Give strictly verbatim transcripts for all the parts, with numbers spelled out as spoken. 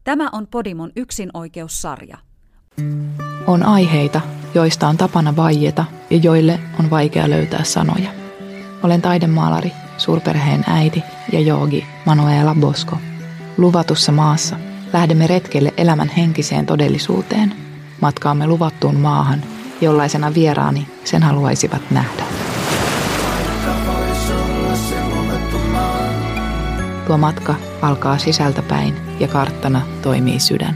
Tämä on Podimon yksinoikeussarja. On aiheita, joista on tapana vaieta ja joille on vaikea löytää sanoja. Olen taidemaalari, suurperheen äiti ja joogi Manuela Bosco. Luvatussa maassa lähdemme retkelle elämän henkiseen todellisuuteen. Matkaamme luvattuun maahan, jollaisena vieraani sen haluaisivat nähdä. Tuo matka alkaa sisältäpäin ja karttana toimii sydän.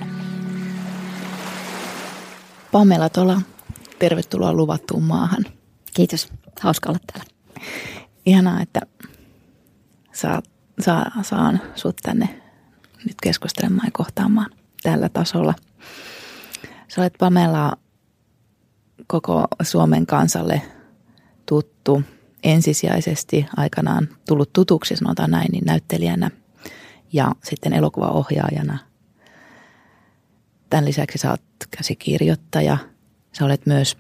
Pamela Tola, tervetuloa luvattuun maahan. Kiitos, hauska olla täällä. Ihanaa, että saa, saa, saan sut tänne nyt keskustelemaan ja kohtaamaan tällä tasolla. Sä olet, Pamela, koko Suomen kansalle tuttu, ensisijaisesti aikanaan tullut tutuksi, sanotaan näin, niin näyttelijänä ja sitten elokuvaohjaajana. Tämän lisäksi sä oot käsikirjoittaja. Sä olet myös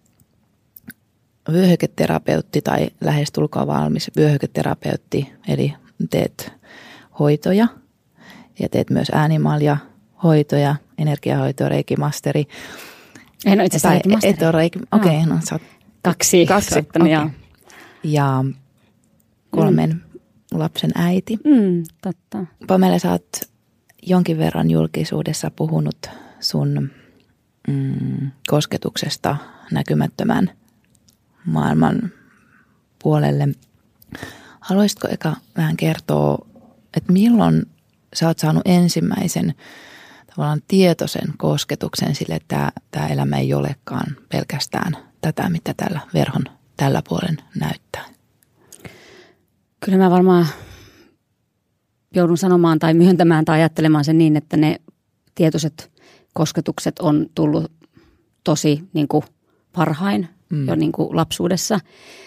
vyöhyketerapeutti tai lähestulkoon valmis vyöhyketerapeutti, eli teet hoitoja ja teet myös äänimalja hoitoja, energiahoitoja, reikimasteri. En ole itse asiassa reikimasteri. Et ole reiki, okei, okay, no sä oot kaksi. Kaksi, okay. Ja, ja kolmen mm. lapsen äiti. Mm, totta. Pamela, sä oot jonkin verran julkisuudessa puhunut sun mm, kosketuksesta näkymättömän maailman puolelle. Haluaisitko eka vähän kertoa, että milloin sä oot saanut ensimmäisen tavallaan tietoisen kosketuksen sille, että tämä, tämä elämä ei olekaan pelkästään tätä, mitä tällä verhon tällä puolen näyttää? Kyllä mä varmaan joudun sanomaan tai myöntämään tai ajattelemaan sen niin, että ne tietoiset kosketukset on tullut tosi niin kuin varhain mm. jo niin kuin lapsuudessa.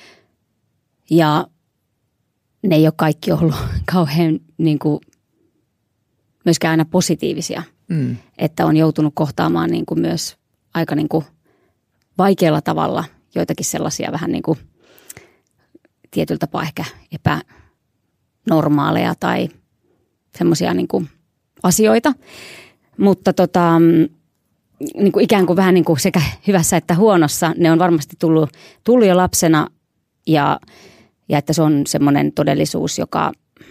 Ja ne ei ole kaikki ollut kauhean niin kuin myöskään aina positiivisia. Mm. Että on joutunut kohtaamaan niin kuin myös aika niin kuin vaikealla tavalla joitakin sellaisia vähän niin kuin tietyllä tapaa ehkä epänormaaleja tai semmoisia niin kuin asioita. Mutta tota, niin kuin ikään kuin vähän niin kuin sekä hyvässä että huonossa ne on varmasti tullut, tullut jo lapsena ja, ja että se on semmoinen todellisuus, joka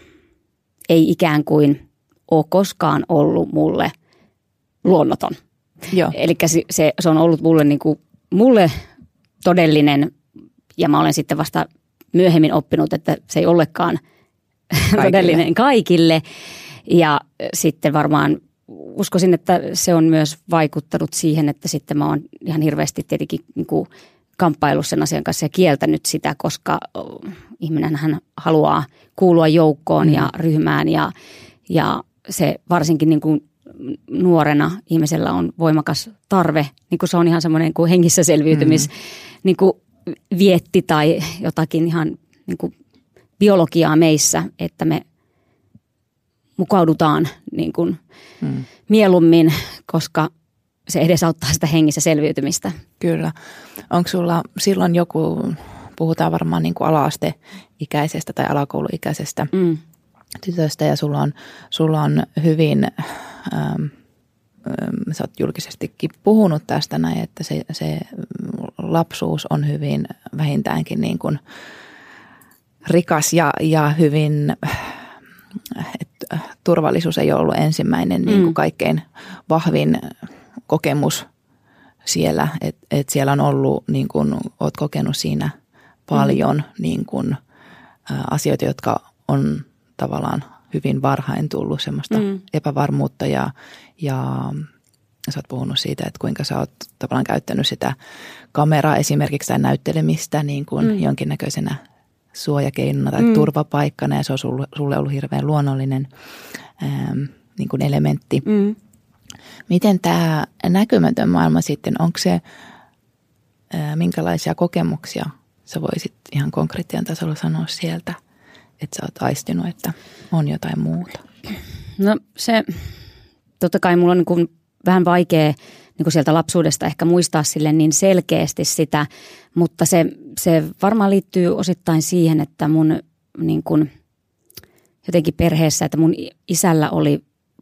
ei ikään kuin ole koskaan ollut mulle luonnoton. Eli se, se, se on ollut mulle, niin kuin, mulle todellinen ja mä olen sitten vasta myöhemmin oppinut, että se ei ollekaan kaikille. todellinen kaikille. Ja sitten varmaan uskoisin, että se on myös vaikuttanut siihen, että sitten mä oon ihan hirveästi tietenkin niin kuin kamppailut sen asian kanssa ja kieltänyt sitä, koska ihminenhän haluaa kuulua joukkoon mm. ja ryhmään ja, ja se varsinkin niin kuin nuorena ihmisellä on voimakas tarve, niin kuin se on ihan semmoinen kuin hengissä selviytymis mm. niin kuin vietti tai jotakin ihan niin kuin biologiaa meissä, että me mukaudutaan niin kuin mm. mieluummin, koska se edesauttaa sitä hengissä selviytymistä. Kyllä. Onko sulla silloin joku, puhutaan varmaan niin kuin ala-asteikäisestä tai alakouluikäisestä mm. tytöstä ja sulla on, sulla on hyvin, ähm, sä oot julkisestikin puhunut tästä näin, että se, se lapsuus on hyvin vähintäänkin niin kuin rikas ja, ja hyvin, että turvallisuus ei ole ollut ensimmäinen mm. niin kuin kaikkein vahvin kokemus siellä, että et siellä on ollut, niin kuin oot kokenut siinä paljon mm. niin kuin, ä, asioita, jotka on tavallaan hyvin varhain tullut semmoista mm. epävarmuutta ja, ja sä oot puhunut siitä, että kuinka sä oot tavallaan käyttänyt sitä kameraa esimerkiksi tai näyttelemistä niin kuin mm. jonkinnäköisenä suojakeinona tai mm. turvapaikkana ja se on sulle, sulle ollut hirveän luonnollinen ähm, niin kuin elementti. Mm. Miten tämä näkymätön maailma sitten, onko se, äh, minkälaisia kokemuksia sä voisit ihan konkreettian tasolla sanoa sieltä, että sä oot aistinut, että on jotain muuta? No se, totta kai mulla on niin kuin vähän vaikea niin kuin sieltä lapsuudesta ehkä muistaa sille niin selkeästi sitä, mutta se, se varmaan liittyy osittain siihen, että mun niin kuin jotenkin perheessä, että mun isällä oli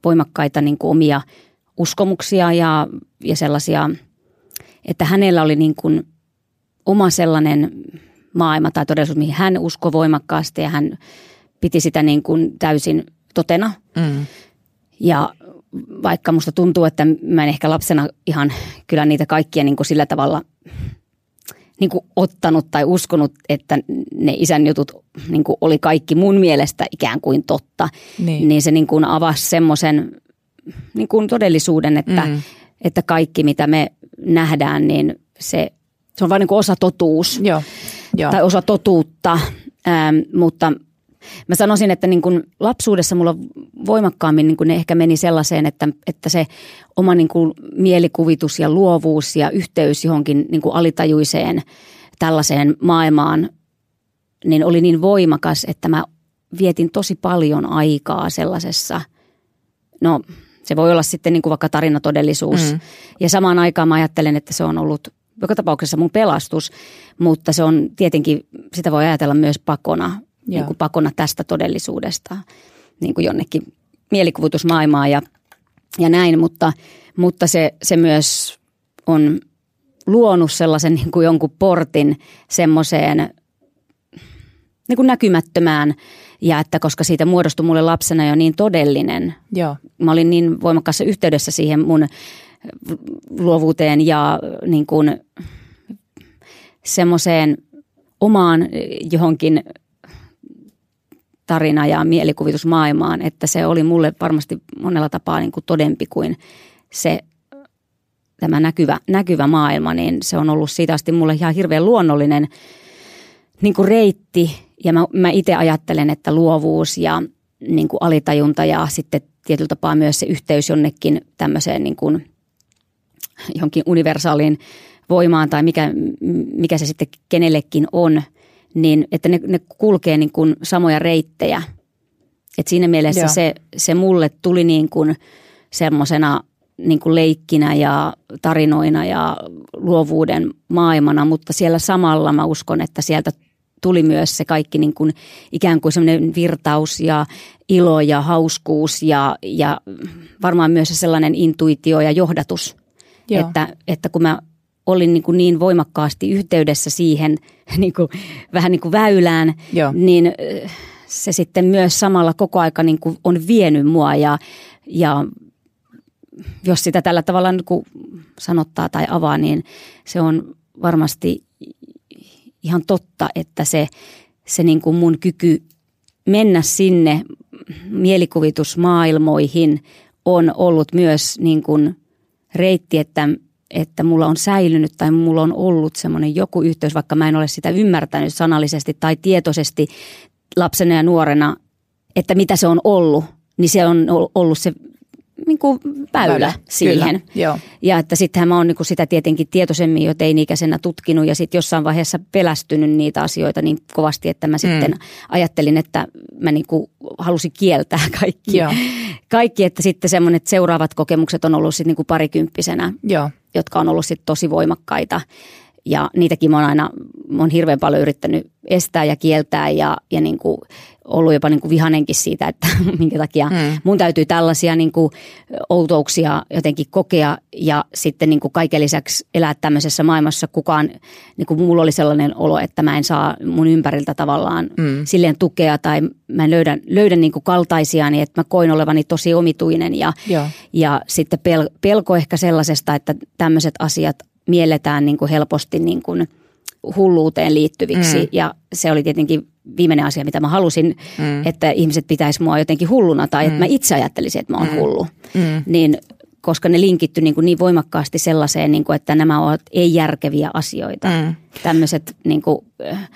voimakkaita niin kuin omia uskomuksia ja, ja sellaisia, että hänellä oli niin kuin oma sellainen maailma tai todellisuus, mihin hän uskoi voimakkaasti ja hän piti sitä niin kuin täysin totena. Mm. Ja vaikka musta tuntuu, että mä en ehkä lapsena ihan kyllä niitä kaikkia niin kuin sillä tavalla niin kuin ottanut tai uskonut, että ne isän jutut niin kuin oli kaikki mun mielestä ikään kuin totta, niin, niin se niin kuin avasi semmoisen niin kuin todellisuuden, että, mm. että kaikki mitä me nähdään, niin se, se on vain niin kuin osa totuus Joo. Joo. tai osa totuutta, ähm, mutta mä sanoisin, että niin kuin lapsuudessa mulla voimakkaammin niin kuin ne ehkä meni sellaiseen, että, että se oma niin kuin mielikuvitus ja luovuus ja yhteys johonkin niin kuin alitajuiseen tällaiseen maailmaan niin oli niin voimakas, että mä vietin tosi paljon aikaa sellaisessa, no se voi olla sitten niin kuin vaikka tarinatodellisuus. Mm. Ja samaan aikaan mä ajattelen, että se on ollut joka tapauksessa mun pelastus, mutta se on tietenkin, sitä voi ajatella myös pakona. Niin kuin pakona tästä todellisuudesta niin kuin jonnekin mielikuvitusmaailmaan ja, ja näin, mutta, mutta se, se myös on luonut sellaisen niin kuin jonkun portin semmoiseen niin kuin näkymättömään ja että koska siitä muodostui mulle lapsena jo niin todellinen. Joo. Mä olin niin voimakkaassa yhteydessä siihen mun luovuuteen ja niin kuin semmoiseen omaan johonkin tarina ja mielikuvitusmaailmaan, että se oli mulle varmasti monella tapaa niin kuin todempi kuin se tämä näkyvä, näkyvä maailma, niin se on ollut siitä asti mulle ihan hirveän luonnollinen niin kuin reitti ja mä, mä itse ajattelen, että luovuus ja niin kuin alitajunta ja sitten tietyllä tapaa myös se yhteys jonnekin tämmöiseen niin kuin johonkin universaaliin voimaan tai mikä, mikä se sitten kenellekin on, niin että ne, ne kulkee niin kuin samoja reittejä. Et siinä mielessä se, se mulle tuli niin kuin semmoisena niin kuin leikkinä ja tarinoina ja luovuuden maailmana, mutta siellä samalla mä uskon, että sieltä tuli myös se kaikki niin kuin ikään kuin semmoinen virtaus ja ilo ja hauskuus ja, ja varmaan myös sellainen intuitio ja johdatus, että, että kun mä olin niin, kuin niin voimakkaasti yhteydessä siihen niin kuin, vähän niin kuin väylään, Joo. niin se sitten myös samalla koko aika niin kuin on vienyt mua ja, ja jos sitä tällä tavalla niin kuin sanottaa tai avaa, niin se on varmasti ihan totta, että se, se niin kuin mun kyky mennä sinne mielikuvitusmaailmoihin on ollut myös niin kuin reitti, että että mulla on säilynyt tai mulla on ollut semmoinen joku yhteys, vaikka mä en ole sitä ymmärtänyt sanallisesti tai tietoisesti lapsena ja nuorena, että mitä se on ollut, niin se on ollut se niin kuin väylä, väylä siihen. Kyllä, ja että sittenhän mä oon niin kuin sitä tietenkin tietoisemmin jo teini-ikäisenä tutkinut ja sitten jossain vaiheessa pelästynyt niitä asioita niin kovasti, että mä sitten mm. ajattelin, että mä niin kuin halusin kieltää kaikki. Joo. Kaikki, että sitten semmoinen, että seuraavat kokemukset on ollut sitten niin kuin parikymppisenä, Joo. jotka on ollut sitten tosi voimakkaita. Ja niitäkin mä oon aina, mä oon hirveän paljon yrittänyt estää ja kieltää ja, ja niin kuin ollut jopa niin kuin vihanenkin siitä, että minkä takia hmm. mun täytyy tällaisia niin kuin outouksia jotenkin kokea ja sitten niin kuin kaiken lisäksi elää tämmöisessä maailmassa kukaan, niin kuin mulla oli sellainen olo, että mä en saa mun ympäriltä tavallaan hmm. silleen tukea tai mä löydän, löydän niin kuin kaltaisiani, että mä koin olevani tosi omituinen ja, ja sitten pel, pelko ehkä sellaisesta, että tämmöiset asiat mielletään niin kuin helposti niin kuin hulluuteen liittyviksi mm. ja se oli tietenkin viimeinen asia, mitä mä halusin, mm. että ihmiset pitäisi mua jotenkin hulluna tai mm. että mä itse ajattelisin, että mä oon mm. hullu. Mm. Niin, koska ne linkitty niin, kuin niin voimakkaasti sellaiseen, niin kuin, että nämä ovat ei-järkeviä asioita. Mm. Tämmöiset niin kuin, äh,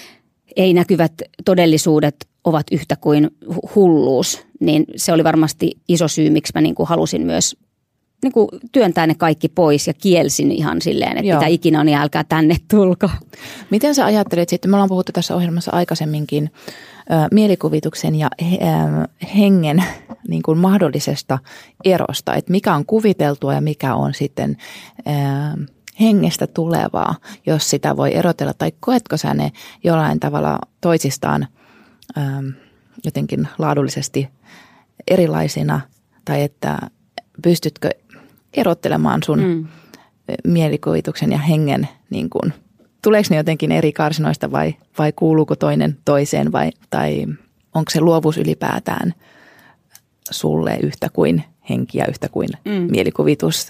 ei-näkyvät todellisuudet ovat yhtä kuin hulluus, niin se oli varmasti iso syy, miksi mä niin kuin halusin myös niin kuin työntää ne kaikki pois ja kielsin ihan silleen, että Joo. mitä ikinä on, niin älkää tänne tulko. Miten sä ajattelet sitten, me ollaan puhuttu tässä ohjelmassa aikaisemminkin äh, mielikuvituksen ja äh, hengen niin kuin mahdollisesta erosta, että mikä on kuviteltua ja mikä on sitten äh, hengestä tulevaa, jos sitä voi erotella, tai koetko sä ne jollain tavalla toisistaan äh, jotenkin laadullisesti erilaisina tai että pystytkö erottelemaan sun mm. mielikuvituksen ja hengen, niin kuin, tuleeko ne jotenkin eri karsinoista vai, vai kuuluuko toinen toiseen vai, tai onko se luovuus ylipäätään sulle yhtä kuin henki ja yhtä kuin mm. mielikuvitus?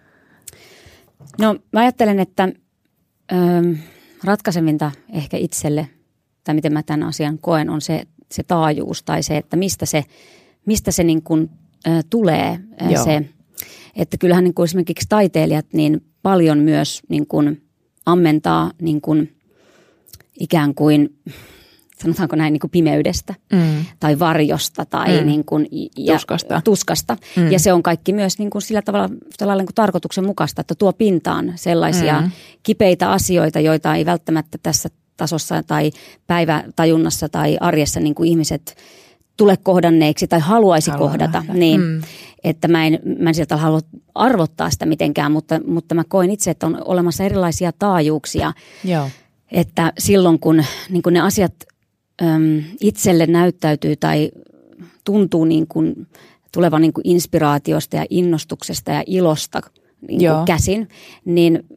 No mä ajattelen, että ö, ratkaisevinta ehkä itselle, tai miten mä tämän asian koen, on se, se taajuus tai se, että mistä se, mistä se niin kuin, ö, tulee ö, se, että kyllähän niin kuin esimerkiksi taiteilijat niin paljon myös niin kuin ammentaa niin kuin ikään kuin, sanotaanko näin, niin kuin pimeydestä mm. tai varjosta tai mm. niin kuin, ja, tuskasta. tuskasta. Mm. Ja se on kaikki myös niin kuin sillä tavalla, tavalla niin kuin tarkoituksenmukaista, että tuo pintaan sellaisia mm. kipeitä asioita, joita ei välttämättä tässä tasossa tai päivätajunnassa tai arjessa niin kuin ihmiset tule kohdanneeksi tai haluaisi Haluan kohdata. Niin, mm. Että mä en, mä en sieltä halua arvottaa sitä mitenkään, mutta, mutta mä koen itse, että on olemassa erilaisia taajuuksia. Joo. Että silloin kun, niin kun ne asiat äm, itselle näyttäytyy tai tuntuu niin kuin tulevan niin kuin inspiraatiosta ja innostuksesta ja ilosta niin kuin käsin, niin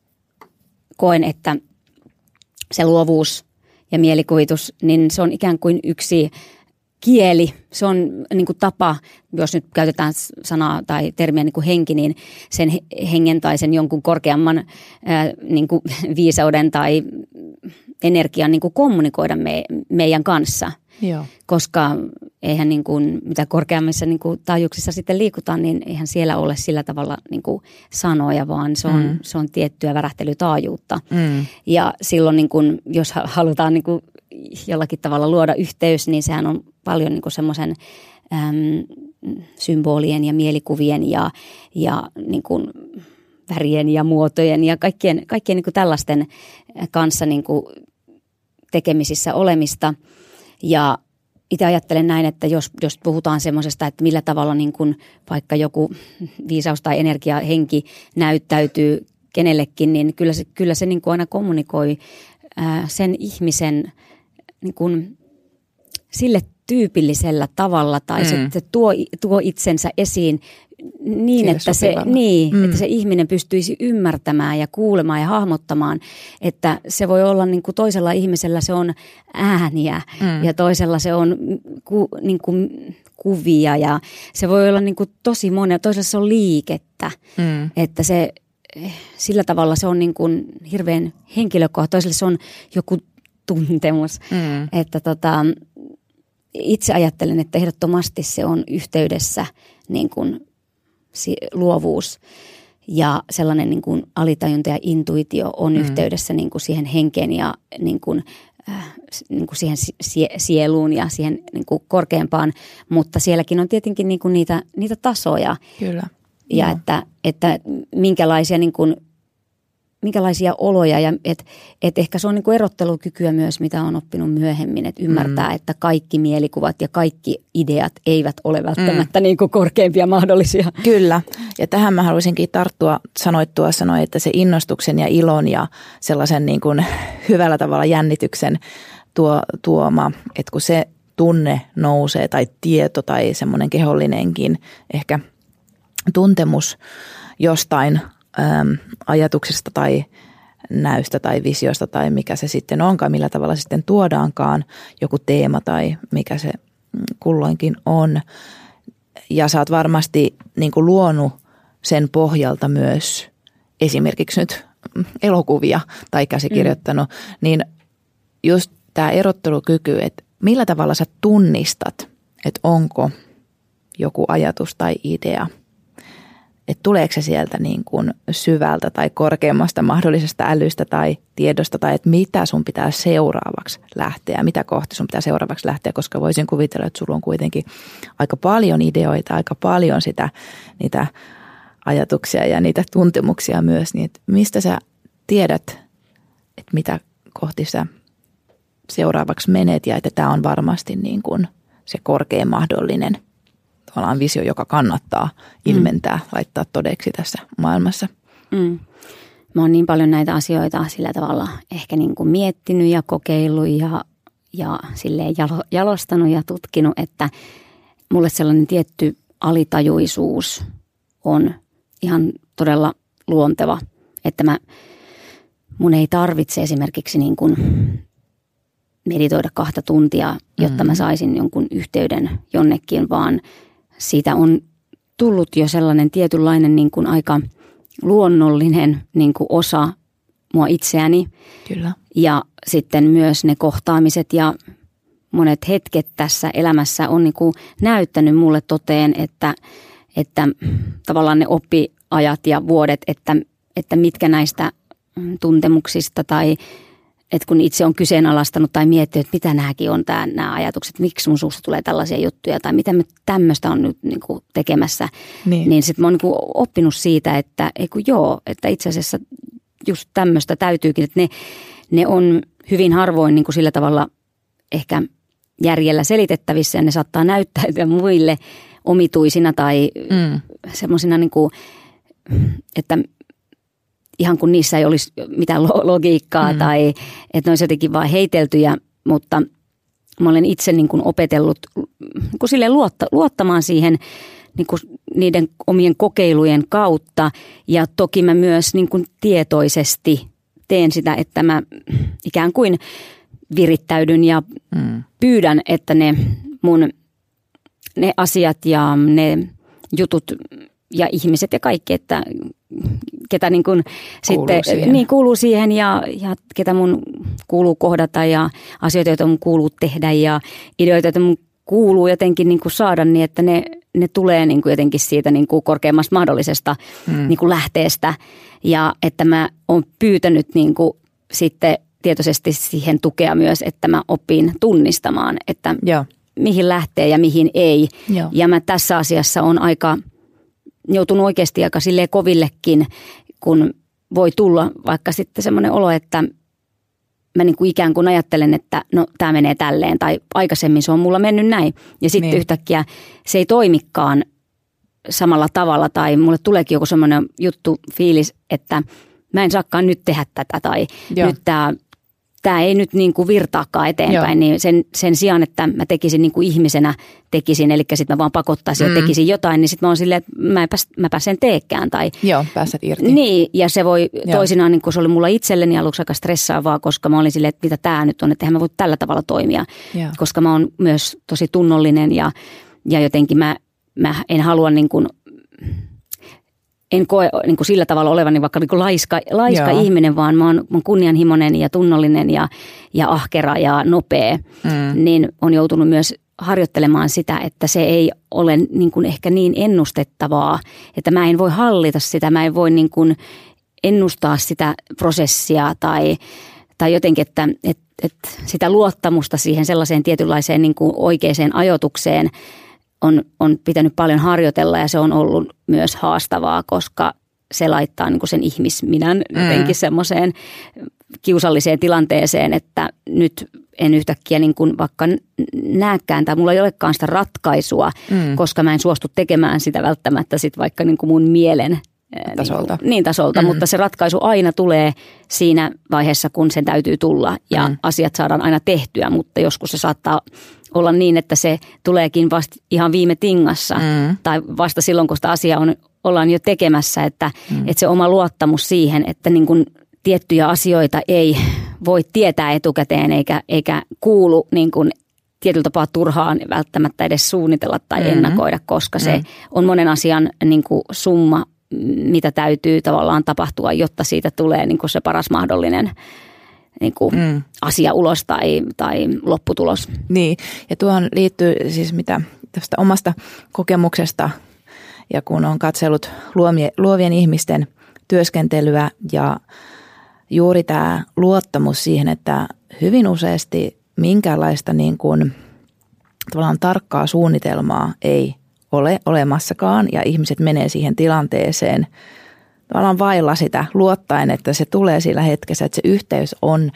koen, että se luovuus ja mielikuvitus, niin se on ikään kuin yksi kieli, se on niin kuin tapa, jos nyt käytetään sanaa tai termiä niin kuin henki, niin sen hengen tai sen jonkun korkeamman ää, niin kuin viisauden tai energian niin kuin kommunikoida me, meidän kanssa. Joo. Koska eihän niin kuin, mitä korkeammissa niin kuin taajuuksissa sitten liikutaan, niin eihän siellä ole sillä tavalla niin kuin sanoja, vaan se on, mm. se on tiettyä värähtelytaajuutta. Mm. Ja silloin niin kuin, jos halutaan niin kuin jollakin tavalla luoda yhteys, niin sehän on paljon niin kuin semmoisen äm, symbolien ja mielikuvien ja, ja niin kuin värien ja muotojen ja kaikkien, kaikkien niin kuin tällaisten kanssa niin kuin tekemisissä olemista. Ja itse ajattelen näin, että jos, jos puhutaan semmoisesta, että millä tavalla niin kuin vaikka joku viisaus tai energia, henki näyttäytyy kenellekin, niin kyllä se, kyllä se niin kuin aina kommunikoi ää, sen ihmisen niin kuin sille tyypillisellä tavalla tai mm. se, se tuo, tuo itsensä esiin niin, että se, niin mm. että se ihminen pystyisi ymmärtämään ja kuulemaan ja hahmottamaan, että se voi olla niin kuin toisella ihmisellä se on ääniä mm. ja toisella se on ku, niin kuin kuvia ja se voi olla niin kuin tosi monia, toisella se on liikettä, mm. että se sillä tavalla se on niin kuin hirveän henkilökohtainen, toisella se on joku tuntemus, mm. että tota, itse ajattelen, että ehdottomasti se on yhteydessä niin kuin luovuus ja sellainen niin kuin alitajunta ja intuitio on mm. yhteydessä niin kuin siihen henkeen ja niin kuin, äh, niin kuin siihen sie- sieluun ja siihen niin kuin korkeampaan, mutta sielläkin on tietenkin niin kuin niitä, niitä tasoja. Kyllä. Ja no. että, että minkälaisia niin kuin minkälaisia oloja ja että et ehkä se on niinku erottelukykyä myös, mitä on oppinut myöhemmin, että ymmärtää, mm. että kaikki mielikuvat ja kaikki ideat eivät ole välttämättä mm. niinku korkeimpia mahdollisia. Kyllä, ja tähän mä haluaisinkin tarttua, sanoit tuossa sanoin, että se innostuksen ja ilon ja sellaisen niin kuin hyvällä tavalla jännityksen tuo, tuoma, että kun se tunne nousee tai tieto tai semmoinen kehollinenkin ehkä tuntemus jostain Äm, ajatuksesta tai näystä tai visiosta tai mikä se sitten onkaan, millä tavalla se sitten tuodaankaan, joku teema tai mikä se kulloinkin on. Ja sä oot varmasti niin kuin luonut sen pohjalta myös esimerkiksi nyt elokuvia tai käsikirjoittanut, mm. niin just tämä erottelukyky, että millä tavalla sä tunnistat, että onko joku ajatus tai idea, että tuleeko se sieltä niin kuin syvältä tai korkeammasta mahdollisesta älystä tai tiedosta tai että mitä sun pitää seuraavaksi lähteä, mitä kohti sun pitää seuraavaksi lähteä, koska voisin kuvitella, että sulla on kuitenkin aika paljon ideoita, aika paljon sitä, niitä ajatuksia ja niitä tuntemuksia myös, niin että mistä sä tiedät, että mitä kohti sä seuraavaksi menet ja että tämä on varmasti niin kuin se korkein mahdollinen tavallaan visio, joka kannattaa ilmentää, mm. laittaa todeksi tässä maailmassa. Mm. Mä oon niin paljon näitä asioita sillä tavalla ehkä niin kuin miettinyt ja kokeillut ja, ja silleen jalo, jalostanut ja tutkinut, että mulle sellainen tietty alitajuisuus on ihan todella luonteva, että mä, mun ei tarvitse esimerkiksi niin kuin meditoida kahta tuntia, jotta mä saisin jonkun yhteyden jonnekin, vaan siitä on tullut jo sellainen tietynlainen niin kuin aika luonnollinen niin kuin osa mua itseäni. Kyllä. Ja sitten myös ne kohtaamiset ja monet hetket tässä elämässä on niin kuin näyttänyt mulle toteen, että, että tavallaan ne oppiajat ja vuodet, että, että mitkä näistä tuntemuksista tai että kun itse on kyseenalaistanut tai miettinyt, että mitä nämäkin on tämä, nämä ajatukset, miksi mun suusta tulee tällaisia juttuja tai mitä me tämmöistä on nyt niin kuin tekemässä, niin, niin sitten mä oon niin kuin oppinut siitä, että ei kun joo, että itse asiassa just tämmöistä täytyykin, että ne, ne on hyvin harvoin niin kuin sillä tavalla ehkä järjellä selitettävissä ja ne saattaa näyttäytyä muille omituisina tai mm. semmoisina niin kuin, että ihan kun niissä ei olisi mitään logiikkaa mm. tai että ne olisi jotenkin vaan heiteltyjä, mutta mä olen itse niin kuin opetellut niin kuin silleen luotta, luottamaan siihen niin kuin niiden omien kokeilujen kautta ja toki mä myös niin kuin tietoisesti teen sitä, että mä ikään kuin virittäydyn ja mm. pyydän, että ne mun ne asiat ja ne jutut ja ihmiset ja kaikki, että ketä niin kuin kuuluu sitten siihen. Niin kuuluu siihen ja, ja ketä mun kuuluu kohdata ja asioita, joita mun kuuluu tehdä ja ideoita, joita mun kuuluu jotenkin niin kuin saada niin, että ne, ne tulee niin kuin jotenkin siitä niin kuin korkeammasta mahdollisesta mm. niin kuin lähteestä ja että mä oon pyytänyt niin kuin sitten tietoisesti siihen tukea myös, että mä opin tunnistamaan, että Joo. mihin lähtee ja mihin ei. Joo. Ja mä tässä asiassa on aika joutunut oikeasti aika silleen kovillekin, kun voi tulla vaikka sitten semmoinen olo, että mä niin kuin ikään kuin ajattelen, että no tämä menee tälleen tai aikaisemmin se on mulla mennyt näin. Ja sitten niin. yhtäkkiä se ei toimikaan samalla tavalla tai mulle tuleekin joku semmoinen juttu, fiilis, että mä en saakaan nyt tehdä tätä tai Joo. nyt tämä Tämä ei nyt niin kuin virtaakaan eteenpäin, Joo. niin sen, sen sijaan, että mä tekisin niin kuin ihmisenä tekisin, eli sitten mä vaan pakottaisin mm. ja tekisin jotain, niin sitten mä oon silleen, että mä en pääs, mä pääsen teekään. Tai, Joo, pääset irti. Niin, ja se voi Joo. toisinaan, niin kuin se oli mulla itselleni aluksi aika stressaavaa, koska mä olin silleen, että mitä tämä nyt on, että eihän mä voi tällä tavalla toimia, Joo. koska mä oon myös tosi tunnollinen ja, ja jotenkin mä, mä en halua niin kuin en koe niin kuin sillä tavalla olevani vaikka niin kuin laiska, laiska ihminen, vaan mä oon, mä oon kunnianhimoinen ja tunnollinen ja, ja ahkera ja nopea. Mm. Niin on joutunut myös harjoittelemaan sitä, että se ei ole niin kuin ehkä niin ennustettavaa, että mä en voi hallita sitä, mä en voi niin kuin ennustaa sitä prosessia tai, tai jotenkin, että, että, että sitä luottamusta siihen sellaiseen tietynlaiseen niin kuin oikeaan ajoitukseen On, on pitänyt paljon harjoitella ja se on ollut myös haastavaa, koska se laittaa niin kuin sen ihmisminän mm. jotenkin semmoiseen kiusalliseen tilanteeseen, että nyt en yhtäkkiä niin kuin vaikka näekään tai mulla ei olekaan sitä ratkaisua, mm. koska mä en suostu tekemään sitä välttämättä sit vaikka niin kuin mun mielen tasolta. Niin, niin tasolta, mm. mutta se ratkaisu aina tulee siinä vaiheessa, kun sen täytyy tulla ja mm. asiat saadaan aina tehtyä, mutta joskus se saattaa olla niin, että se tuleekin vasta ihan viime tingassa mm. tai vasta silloin, kun sitä asiaa on, ollaan jo tekemässä, että, mm. että se oma luottamus siihen, että niin kuin tiettyjä asioita ei voi tietää etukäteen eikä, eikä kuulu niin kuin tietyllä tapaa turhaan välttämättä edes suunnitella tai mm. ennakoida, koska mm. se on monen asian niin kuin summa, mitä täytyy tavallaan tapahtua, jotta siitä tulee niin kuin se paras mahdollinen niin kuin mm. asia ulos tai, tai lopputulos. Niin, ja tuohon liittyy siis mitä tästä omasta kokemuksesta ja kun on katsellut luovien, luovien ihmisten työskentelyä ja juuri tämä luottamus siihen, että hyvin useasti minkäänlaista niin kuin tavallaan tarkkaa suunnitelmaa ei ole olemassakaan ja ihmiset menee siihen tilanteeseen tavallaan vailla sitä luottaen, että se tulee sillä hetkessä, että se yhteys on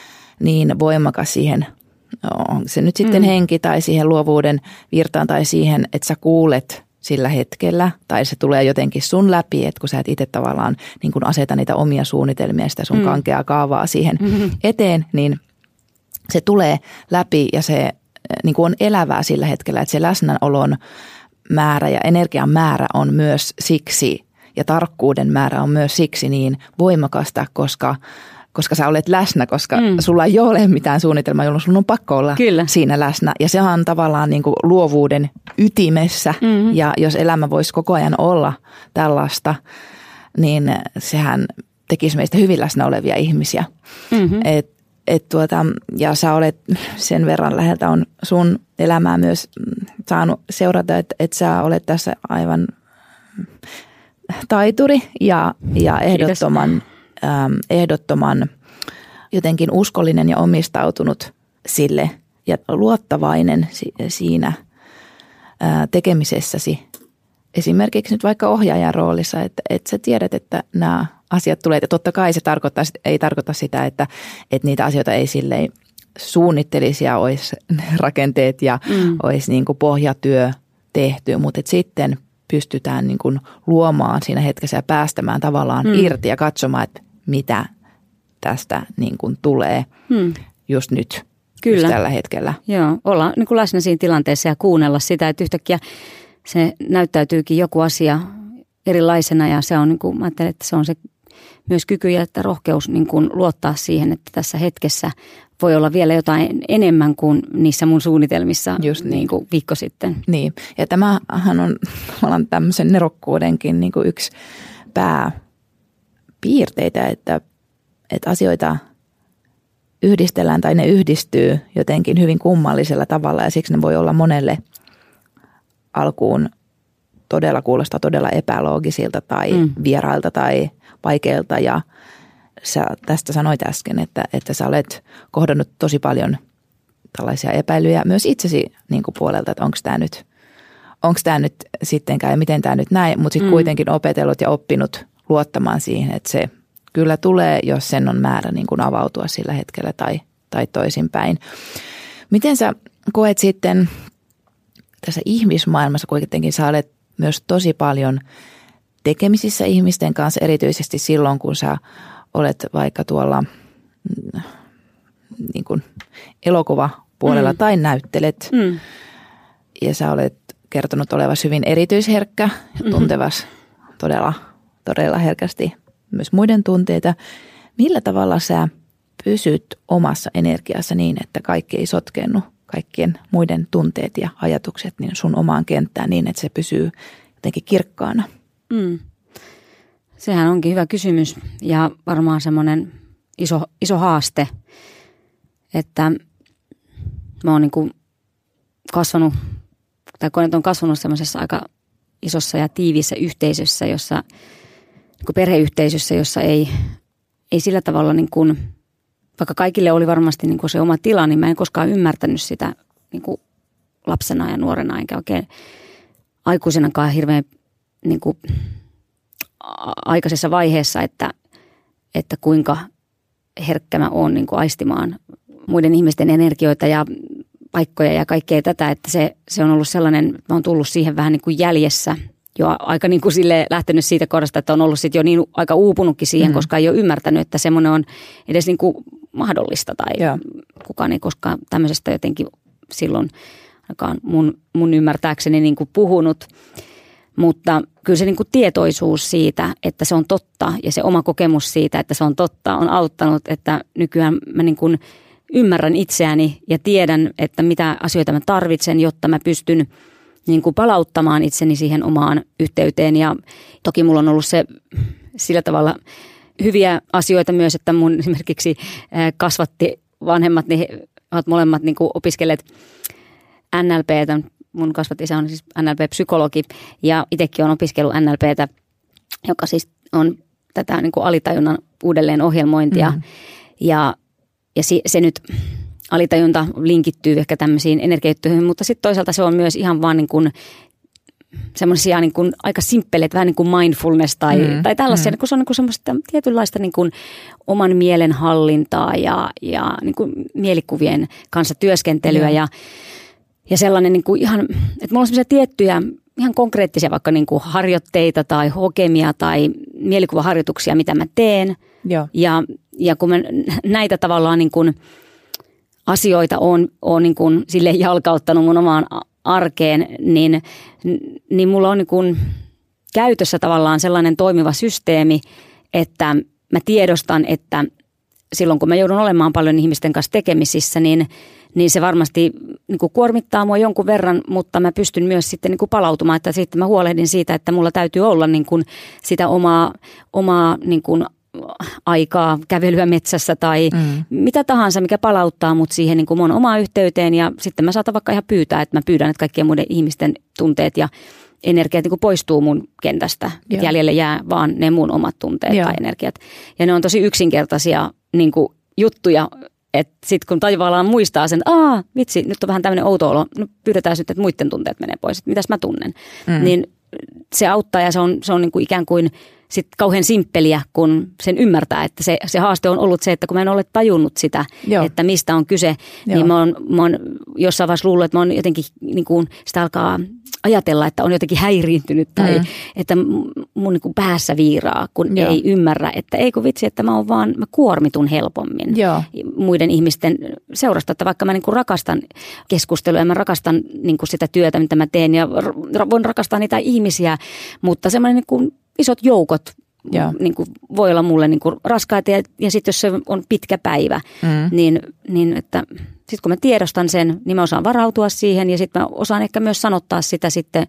niin voimakas siihen, onko se nyt sitten mm. henki tai siihen luovuuden virtaan tai siihen, että sä kuulet sillä hetkellä tai se tulee jotenkin sun läpi, että kun sä et itse tavallaan niin kun aseta niitä omia suunnitelmia, sitä sun mm. kankeaa kaavaa siihen mm-hmm. eteen, niin se tulee läpi ja se niin kuin on elävää sillä hetkellä, että se läsnäolon määrä ja energian määrä on myös siksi ja tarkkuuden määrä on myös siksi niin voimakasta, koska, koska sä olet läsnä, koska mm. sulla ei ole mitään suunnitelmaa, jolloin sun on pakko olla Kyllä. siinä läsnä. Ja se on tavallaan niin kuin luovuuden ytimessä mm-hmm. ja jos elämä voisi koko ajan olla tällaista, niin sehän tekisi meistä hyvin läsnä olevia ihmisiä. Mm-hmm. Et, et tuota, ja sä olet sen verran läheltä on sun elämää myös saanut seurata, että et sä olet tässä aivan taituri ja, ja ehdottoman, ähm, ehdottoman jotenkin uskollinen ja omistautunut sille ja luottavainen si- siinä ää, tekemisessäsi. Esimerkiksi nyt vaikka ohjaajan roolissa, että, että sä tiedät, että nämä asiat tulee. Ja totta kai se tarkoittaa, ei tarkoita sitä, että, että niitä asioita ei silleen suunnittelisi ja olisi rakenteet ja mm. olisi niin kuin pohjatyö tehty, mutta että sitten pystytään niin kuin luomaan siinä hetkessä ja päästämään tavallaan mm. irti ja katsomaan, että mitä tästä niin kuin tulee mm. just nyt, Kyllä. just tällä hetkellä. Joo, olla niin kuin läsnä siinä tilanteessa ja kuunnella sitä, että yhtäkkiä se näyttäytyykin joku asia erilaisena ja se on, niin kuin, mä ajattelen, että se on se myös kyky ja että rohkeus niin kuin luottaa siihen, että tässä hetkessä voi olla vielä jotain enemmän kuin niissä mun suunnitelmissa Just niin. Niin kuin viikko sitten. Niin, ja tämähän on tavallaan tämmöisen nerokkuudenkin niin kuin yksi pääpiirteitä, että, että asioita yhdistellään tai ne yhdistyy jotenkin hyvin kummallisella tavalla ja siksi ne voi olla monelle alkuun todella kuulostaa todella epäloogisilta tai mm. vierailta tai vaikeilta ja sä tästä sanoit äsken, että, että sä olet kohdannut tosi paljon tällaisia epäilyjä myös itsesi niin kuin puolelta, että onko tämä nyt, onko tämä nyt sittenkään ja miten tämä nyt näin, mutta sitten mm. kuitenkin opetellut ja oppinut luottamaan siihen, että se kyllä tulee, jos sen on määrä niin kuin avautua sillä hetkellä tai, tai toisinpäin. Miten sä koet sitten tässä ihmismaailmassa, kuitenkin sä olet myös tosi paljon tekemisissä ihmisten kanssa, erityisesti silloin, kun sä olet vaikka tuolla niin kuin elokuvapuolella mm. tai näyttelet mm. ja sä olet kertonut olevasi hyvin erityisherkkä ja mm-hmm. tuntevas todella, todella herkästi myös muiden tunteita. Millä tavalla sä pysyt omassa energiassa niin, että kaikki ei sotkennu, kaikkien muiden tunteet ja ajatukset niin sun omaan kenttään niin, että se pysyy jotenkin kirkkaana? Mm. Sehän onkin hyvä kysymys ja varmaan semmoinen iso, iso haaste, että mä oon niin kuin kasvanut, tai koen, että on kasvanut semmoisessa aika isossa ja tiiviissä yhteisössä, jossa, niin kuin perheyhteisössä, jossa ei, ei sillä tavalla, niin kuin, vaikka kaikille oli varmasti niin kuin se oma tila, niin mä en koskaan ymmärtänyt sitä niin kuin lapsena ja nuorena, enkä oikein aikuisenakaan hirveän niin kuin aikaisessa vaiheessa, että, että kuinka herkkä mä oon niin kuin aistimaan muiden ihmisten energioita ja paikkoja ja kaikkea tätä, että se, se on ollut sellainen, mä oon tullut siihen vähän niin kuin jäljessä jo aika niin kuin sille lähtenyt siitä kohdasta, että on ollut sitten jo niin aika uupunutkin siihen, mm. koska ei ole ymmärtänyt, että semmoinen on edes niin kuin mahdollista tai yeah. kukaan ei koskaan tämmöisestä jotenkin silloin ainakaan mun, mun ymmärtääkseni niin kuin puhunut. Mutta kyllä se niin kuin tietoisuus siitä, että se on totta ja se oma kokemus siitä, että se on totta, on auttanut, että nykyään mä niin kuin ymmärrän itseäni ja tiedän, että mitä asioita mä tarvitsen, jotta mä pystyn niin kuin palauttamaan itseni siihen omaan yhteyteen. Ja toki mulla on ollut se sillä tavalla hyviä asioita myös, että mun esimerkiksi kasvatti vanhemmat, niin he ovat molemmat niin kuin opiskelleet N L P:tä. Mun kasvatisä on siis N L P-psykologi ja itsekin on opiskellut N L P:tä, joka siis on tätä niin kuin alitajunnan uudelleen ohjelmointia. Mm. Ja, ja se nyt alitajunta linkittyy ehkä tämmöisiin energiajuttuihin, mutta sitten toisaalta se on myös ihan vaan niin kuin semmoisia niin kuin aika simppeleitä, vähän niin kuin mindfulness tai, mm. tai tällaisia, mm. kun se on niin kuin semmoista tietynlaista niin kuin oman mielen hallintaa ja, ja niin kuin mielikuvien kanssa työskentelyä mm. ja Ja sellainen niin kuin ihan, että mulla on sellaisia tiettyjä ihan konkreettisia vaikka niin kuin harjoitteita tai hokemia tai mielikuvaharjoituksia, mitä mä teen. Joo. Ja, ja kun mä näitä tavallaan niin kuin asioita on, on niin kuin silleen jalkauttanut mun omaan arkeen, niin, niin mulla on niin kuin käytössä tavallaan sellainen toimiva systeemi, että mä tiedostan, että silloin kun mä joudun olemaan paljon ihmisten kanssa tekemisissä, niin, niin se varmasti niin kuin kuormittaa mua jonkun verran, mutta mä pystyn myös sitten niin kuin palautumaan, että sitten mä huolehdin siitä, että mulla täytyy olla niin kuin sitä omaa, omaa niin kuin aikaa, kävelyä metsässä tai mm. mitä tahansa, mikä palauttaa mut siihen niin kuin mun omaan yhteyteen ja sitten mä saatan vaikka ihan pyytää, että mä pyydän, että kaikkien muiden ihmisten tunteet ja energiat niin kuin poistuu mun kentästä. Jäljelle jää vaan ne mun omat tunteet Joo. tai energiat. Ja ne on tosi yksinkertaisia niin kuin juttuja, että sitten kun tavallaan muistaa sen, että aah, vitsi, nyt on vähän tämmöinen outo olo, no pyydetään nyt, että muiden tunteet menee pois, että mitäs mä tunnen. Mm. Niin se auttaa ja se on, se on niin kuin ikään kuin sit kauhean simppeliä, kun sen ymmärtää, että se, se haaste on ollut se, että kun mä en ole tajunnut sitä, Joo. että mistä on kyse, Joo. niin mä oon, mä oon jossain vaiheessa luullut, että mä oon jotenkin, niin kuin sitä alkaa ajatella, että on jotenkin häiriintynyt tai mm. että mun niin kuin päässä viiraa, kun Joo. ei ymmärrä, että ei kun vitsi, että mä oon vaan, mä kuormitun helpommin Joo. muiden ihmisten seurasta, että vaikka mä niin kuin rakastan keskustelua ja mä rakastan niin kuin sitä työtä, mitä mä teen ja voin rakastaa niitä ihmisiä, mutta semmoinen niin kuin isot joukot niin kuin voi olla mulle niin kuin raskaita ja, ja sitten jos se on pitkä päivä, mm. niin, niin että sitten kun mä tiedostan sen, niin mä osaan varautua siihen ja sitten mä osaan ehkä myös sanottaa sitä sitten,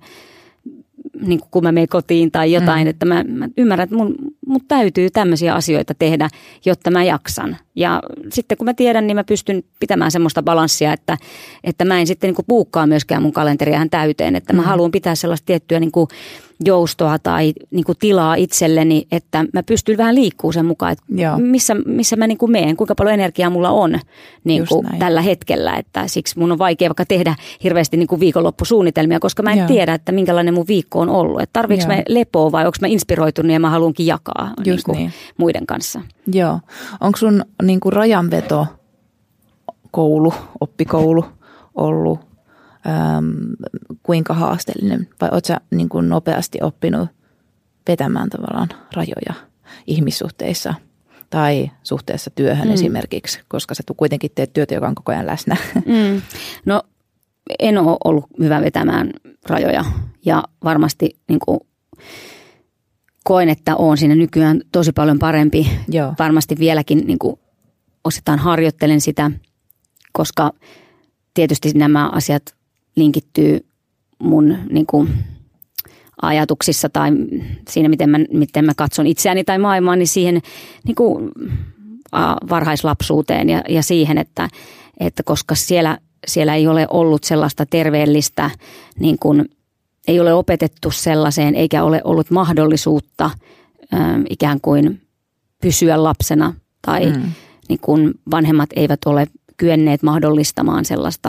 niin kun mä menen kotiin tai jotain, mm. että mä, mä ymmärrän, että mun, mun täytyy tämmöisiä asioita tehdä, jotta mä jaksan. Ja sitten kun mä tiedän, niin mä pystyn pitämään semmoista balanssia, että, että mä en sitten niin kuin puukkaa myöskään mun kalenteriahan täyteen, että mä mm. haluan pitää sellaista tiettyä niin kuin joustoa tai niin kuin tilaa itselleni, että mä pystyn vähän liikkuu sen mukaan, että missä, missä mä niin kuin meen, kuinka paljon energiaa mulla on niin kuin tällä hetkellä, että siksi mun on vaikea vaikka tehdä hirveästi niin kuin viikonloppusuunnitelmia, koska mä en Joo. tiedä, että minkälainen mun viikko on ollut, että tarviiko mä lepoa vai onko mä inspiroitunut ja mä haluankin jakaa niin kuin niin. muiden kanssa. Joo. Onko sun niin kuin rajanveto koulu, oppikoulu ollut äm, kuinka haasteellinen? Vai ootko sä niin kuin nopeasti oppinut vetämään tavallaan rajoja ihmissuhteissa tai suhteessa työhön mm. esimerkiksi, koska sä kuitenkin teet työtä, joka on koko ajan läsnä? Mm. No en ole ollut hyvä vetämään rajoja ja varmasti niin kuin koen, että olen siinä nykyään tosi paljon parempi. Joo. Varmasti vieläkin niin kuin osittain harjoittelen sitä, koska tietysti nämä asiat linkittyy mun niin kuin ajatuksissa tai siinä, miten mä, miten mä katson itseäni tai maailmaa, niin siihen niin kuin varhaislapsuuteen ja, ja siihen, että, että koska siellä, siellä ei ole ollut sellaista terveellistä, niin kuin, ei ole opetettu sellaiseen eikä ole ollut mahdollisuutta ä, ikään kuin pysyä lapsena tai mm. niin kuin vanhemmat eivät ole kyenneet mahdollistamaan sellaista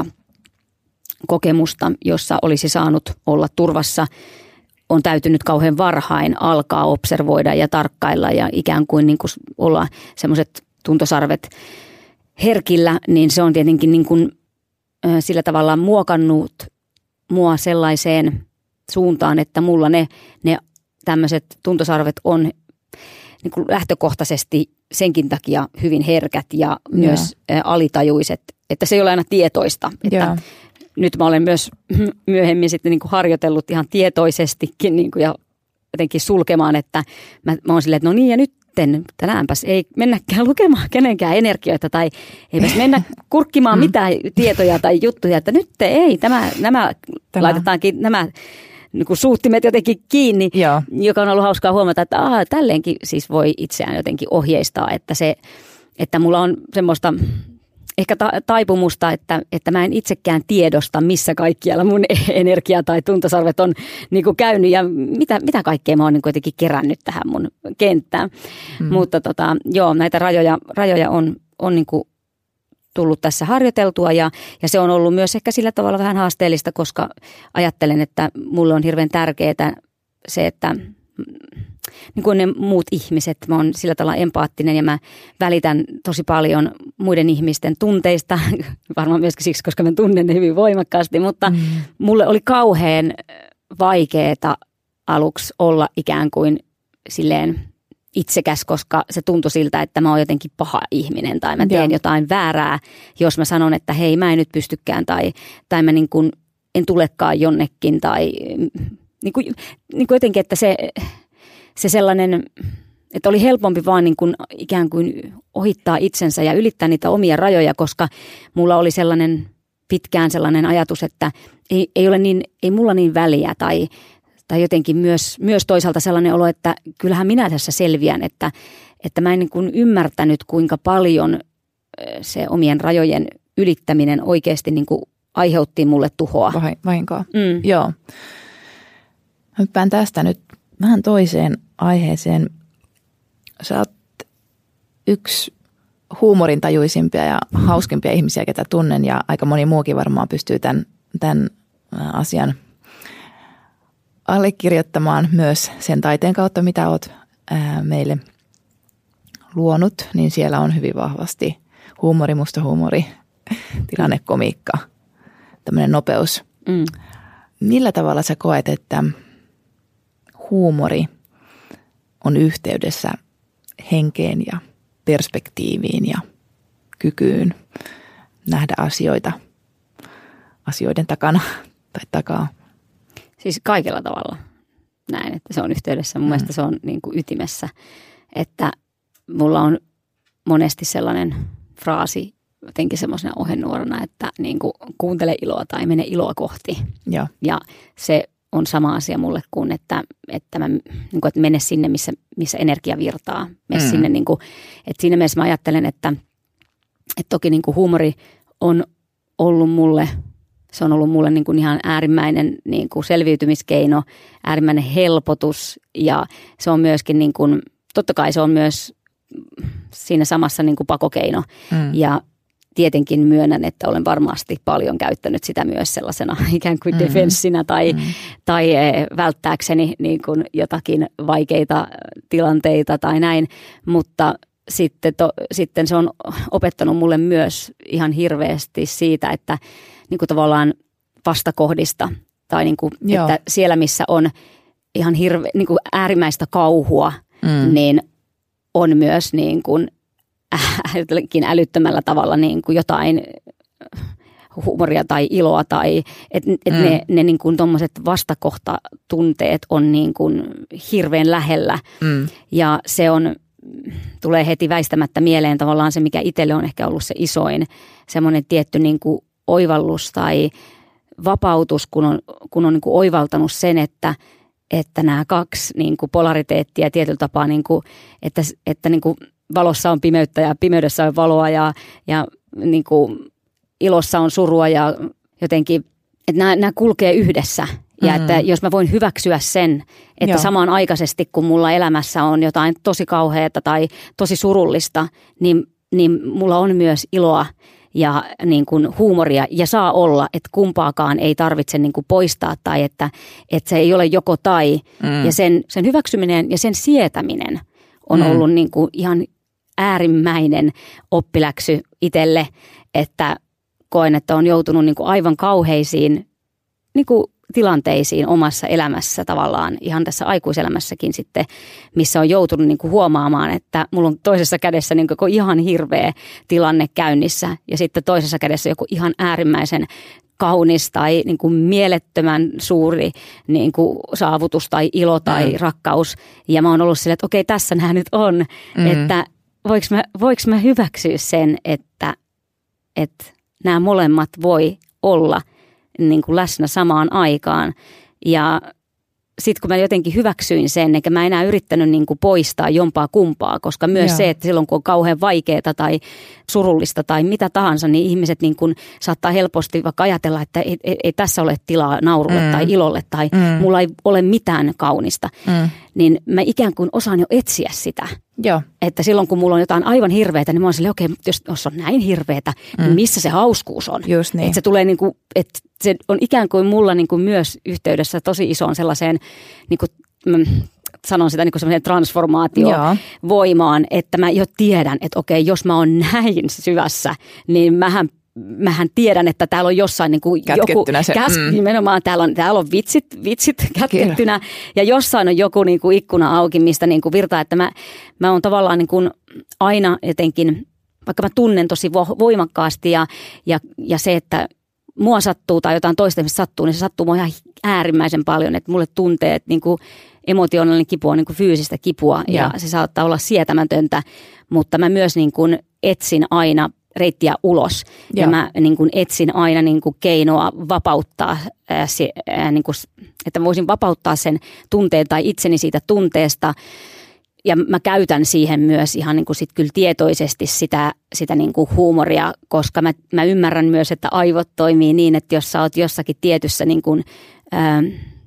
kokemusta, jossa olisi saanut olla turvassa, on täytynyt kauhean varhain alkaa observoida ja tarkkailla ja ikään kuin, niin kuin olla semmoiset tuntosarvet herkillä, niin se on tietenkin niin kuin, sillä tavalla muokannut mua sellaiseen suuntaan, että mulla ne, ne tämmöiset tuntosarvet on niin kuin lähtökohtaisesti senkin takia hyvin herkät ja myös yeah. alitajuiset, että se ei ole aina tietoista. Että yeah. nyt mä olen myös myöhemmin sitten niin kuin harjoitellut ihan tietoisestikin niin kuin ja jotenkin sulkemaan, että mä, mä oon silleen, että no niin ja nyt tänäänpäs ei mennäkään lukemaan kenenkään energioita tai eipäs mennä kurkkimaan mitään tietoja tai juttuja, että nyt ei, tämä, nämä tämä. laitetaankin nämä niin kuin suuttimet jotenkin kiinni, Joo. joka on ollut hauskaa huomata, että aha, tälleenkin siis voi itseään jotenkin ohjeistaa, että, se, että mulla on semmoista ehkä ta- taipumusta, että, että mä en itsekään tiedosta, missä kaikkialla mun energia tai tuntosarvet on niin kuin käynyt ja mitä, mitä kaikkea mä oon niin kuin jotenkin kerännyt tähän mun kenttään. Mm. Mutta tota, joo, näitä rajoja, rajoja on, on niin kuin tullut tässä harjoiteltua ja, ja se on ollut myös ehkä sillä tavalla vähän haasteellista, koska ajattelen, että mulle on hirveän tärkeää se, että niin kuin ne muut ihmiset, mä oon sillä tavalla empaattinen ja mä välitän tosi paljon muiden ihmisten tunteista, varmaan myöskin siksi, koska mä tunnen ne hyvin voimakkaasti, mutta mm. mulle oli kauhean vaikeeta aluksi olla ikään kuin silleen itsekäs, koska se tuntui siltä, että mä oon jotenkin paha ihminen tai mä teen Joo. jotain väärää, jos mä sanon, että hei mä en nyt pystykään tai, tai mä niin kuin en tulekaan jonnekin tai niin kuin, niin kuin jotenkin, että se, se sellainen, että oli helpompi vaan niin kuin ikään kuin ohittaa itsensä ja ylittää niitä omia rajoja, koska mulla oli sellainen pitkään sellainen ajatus, että ei, ei ole niin, ei mulla niin väliä tai, tai jotenkin myös, myös toisaalta sellainen olo, että kyllähän minä tässä selviän, että, että mä en niin kuin ymmärtänyt kuinka paljon se omien rajojen ylittäminen oikeasti niin kuin aiheutti mulle tuhoa. Vahinkoa. Mm. Joo. Hyppään tästä nyt vähän toiseen aiheeseen. Sä oot yksi huumorintajuisimpia ja hauskimpia ihmisiä, ketä tunnen, ja aika moni muukin varmaan pystyy tämän, tämän asian allekirjoittamaan myös sen taiteen kautta, mitä oot ää, meille luonut, niin siellä on hyvin vahvasti huumori, musta huumori, tilannekomiikka, tämmöinen nopeus. Mm. Millä tavalla sä koet, että huumori on yhteydessä henkeen ja perspektiiviin ja kykyyn nähdä asioita asioiden takana tai takaa? Siis kaikella tavalla näin, että se on yhteydessä. Mun mm. mielestä se on niin kuin ytimessä, että mulla on monesti sellainen fraasi jotenkin semmoisena ohjenuorana, että niin kuin kuuntele iloa tai mene iloa kohti. Ja, ja se on sama asia mulle kuin, että, että mä niin kuin, että mene sinne, missä, missä energia virtaa. Mene mm. sinne, niin kuin, että siinä mielessä mä ajattelen, että, että toki niin kuin huumori on ollut mulle, se on ollut mulle niin kuin ihan äärimmäinen niin kuin selviytymiskeino, äärimmäinen helpotus, ja se on myöskin niin kuin, totta kai se on myös siinä samassa niin kuin pakokeino. Mm. Ja tietenkin myönnän, että olen varmasti paljon käyttänyt sitä myös sellaisena ikään kuin mm-hmm. defenssinä tai, mm-hmm. tai välttääkseni niin kuin jotakin vaikeita tilanteita tai näin, mutta sitten, to, sitten se on opettanut mulle myös ihan hirveästi siitä, että niin kuin tavallaan vastakohdista tai niin kuin, että siellä missä on ihan hirve, niin kuin äärimmäistä kauhua, mm. niin on myös niin kuin jotenkin älyttömällä tavalla niin kuin jotain huumoria tai iloa tai että et mm. ne, ne niin kuin tommoset vastakohtatunteet on niin kuin hirveän lähellä mm. ja se on, tulee heti väistämättä mieleen tavallaan se, mikä itselle on ehkä ollut se isoin semmoinen tietty niin kuin oivallus tai vapautus, kun on, kun on niin kuin oivaltanut sen, että että nämä kaksi niin kuin polariteettia tietyllä tapaa, niin kuin, että, että niin kuin valossa on pimeyttä ja pimeydessä on valoa ja, ja niin kuin ilossa on surua ja jotenkin, että nämä, nämä kulkee yhdessä. Ja mm-hmm. että jos mä voin hyväksyä sen, että Joo. samanaikaisesti kun mulla elämässä on jotain tosi kauheata tai tosi surullista, niin, niin mulla on myös iloa ja niin kuin huumoria ja saa olla, että kumpaakaan ei tarvitse niin kuin poistaa tai että, että se ei ole joko tai. Mm. Ja sen, sen hyväksyminen ja sen sietäminen on mm. ollut niin kuin ihan äärimmäinen oppiläksy itselle, että koen, että on joutunut niin kuin aivan kauheisiin niin kuin tilanteisiin omassa elämässä tavallaan, ihan tässä aikuiselämässäkin sitten, missä on joutunut niin kuin huomaamaan, että mulla on toisessa kädessä niin kuin ihan hirveä tilanne käynnissä ja sitten toisessa kädessä joku ihan äärimmäisen kaunis tai niin kuin mielettömän suuri niin kuin saavutus tai ilo tai mm. rakkaus. Ja mä oon ollut silleen, että okei, tässä nämä nyt on, mm. että voiko mä, voiko mä hyväksyä sen, että, että nämä molemmat voi olla niin kuin läsnä samaan aikaan. Ja sitten kun mä jotenkin hyväksyin sen, eikä mä enää yrittänyt niin kuin poistaa jompaa kumpaa, koska myös Joo. se, että silloin kun on kauhean vaikeaa tai surullista tai mitä tahansa, niin ihmiset niin kuin saattaa helposti vaikka ajatella, että ei, ei, ei tässä ole tilaa naurulle mm. tai ilolle tai mm. mulla ei ole mitään kaunista. Mm. Niin mä ikään kuin osaan jo etsiä sitä. Joo. Että silloin kun mulla on jotain aivan hirveätä, niin mä oon silleen, okei, okay, jos, jos on näin hirveätä, mm. niin missä se hauskuus on? Just niin. Että se tulee niin kuin, että se on ikään kuin mulla niin kuin myös yhteydessä tosi isoon sellaiseen, niin kuin, mä sanon sitä niin kuin sellaiseen transformaatiovoimaan, että mä jo tiedän, että okei, okay, jos mä oon näin syvässä, niin mähän Mähän tiedän, että täällä on jossain niin kuin joku, se, käs, mm. nimenomaan täällä on, täällä on vitsit, vitsit kätkettynä Kyllä. ja jossain on joku niin kuin ikkuna auki, mistä niin kuin virtaa, että mä, mä oon tavallaan niin kuin aina jotenkin, vaikka mä tunnen tosi voimakkaasti ja, ja, ja se, että mua sattuu tai jotain toista ihmistä sattuu, niin se sattuu mua ihan äärimmäisen paljon. Että mulle tunteet, niin kuin emotionaalinen kipu on niin kuin fyysistä kipua ja, ja se saattaa olla sietämätöntä, mutta mä myös niin kuin etsin aina reittiä ulos. Ja, ja mä niin kuin etsin aina niin kuin keinoa vapauttaa, ää, se, ää, niin kuin, että voisin vapauttaa sen tunteen tai itseni siitä tunteesta. Ja mä käytän siihen myös ihan niin kuin sit kyllä tietoisesti sitä, sitä niin kuin huumoria, koska mä, mä ymmärrän myös, että aivot toimii niin, että jos sä oot jossakin tietyssä niin kuin, ää,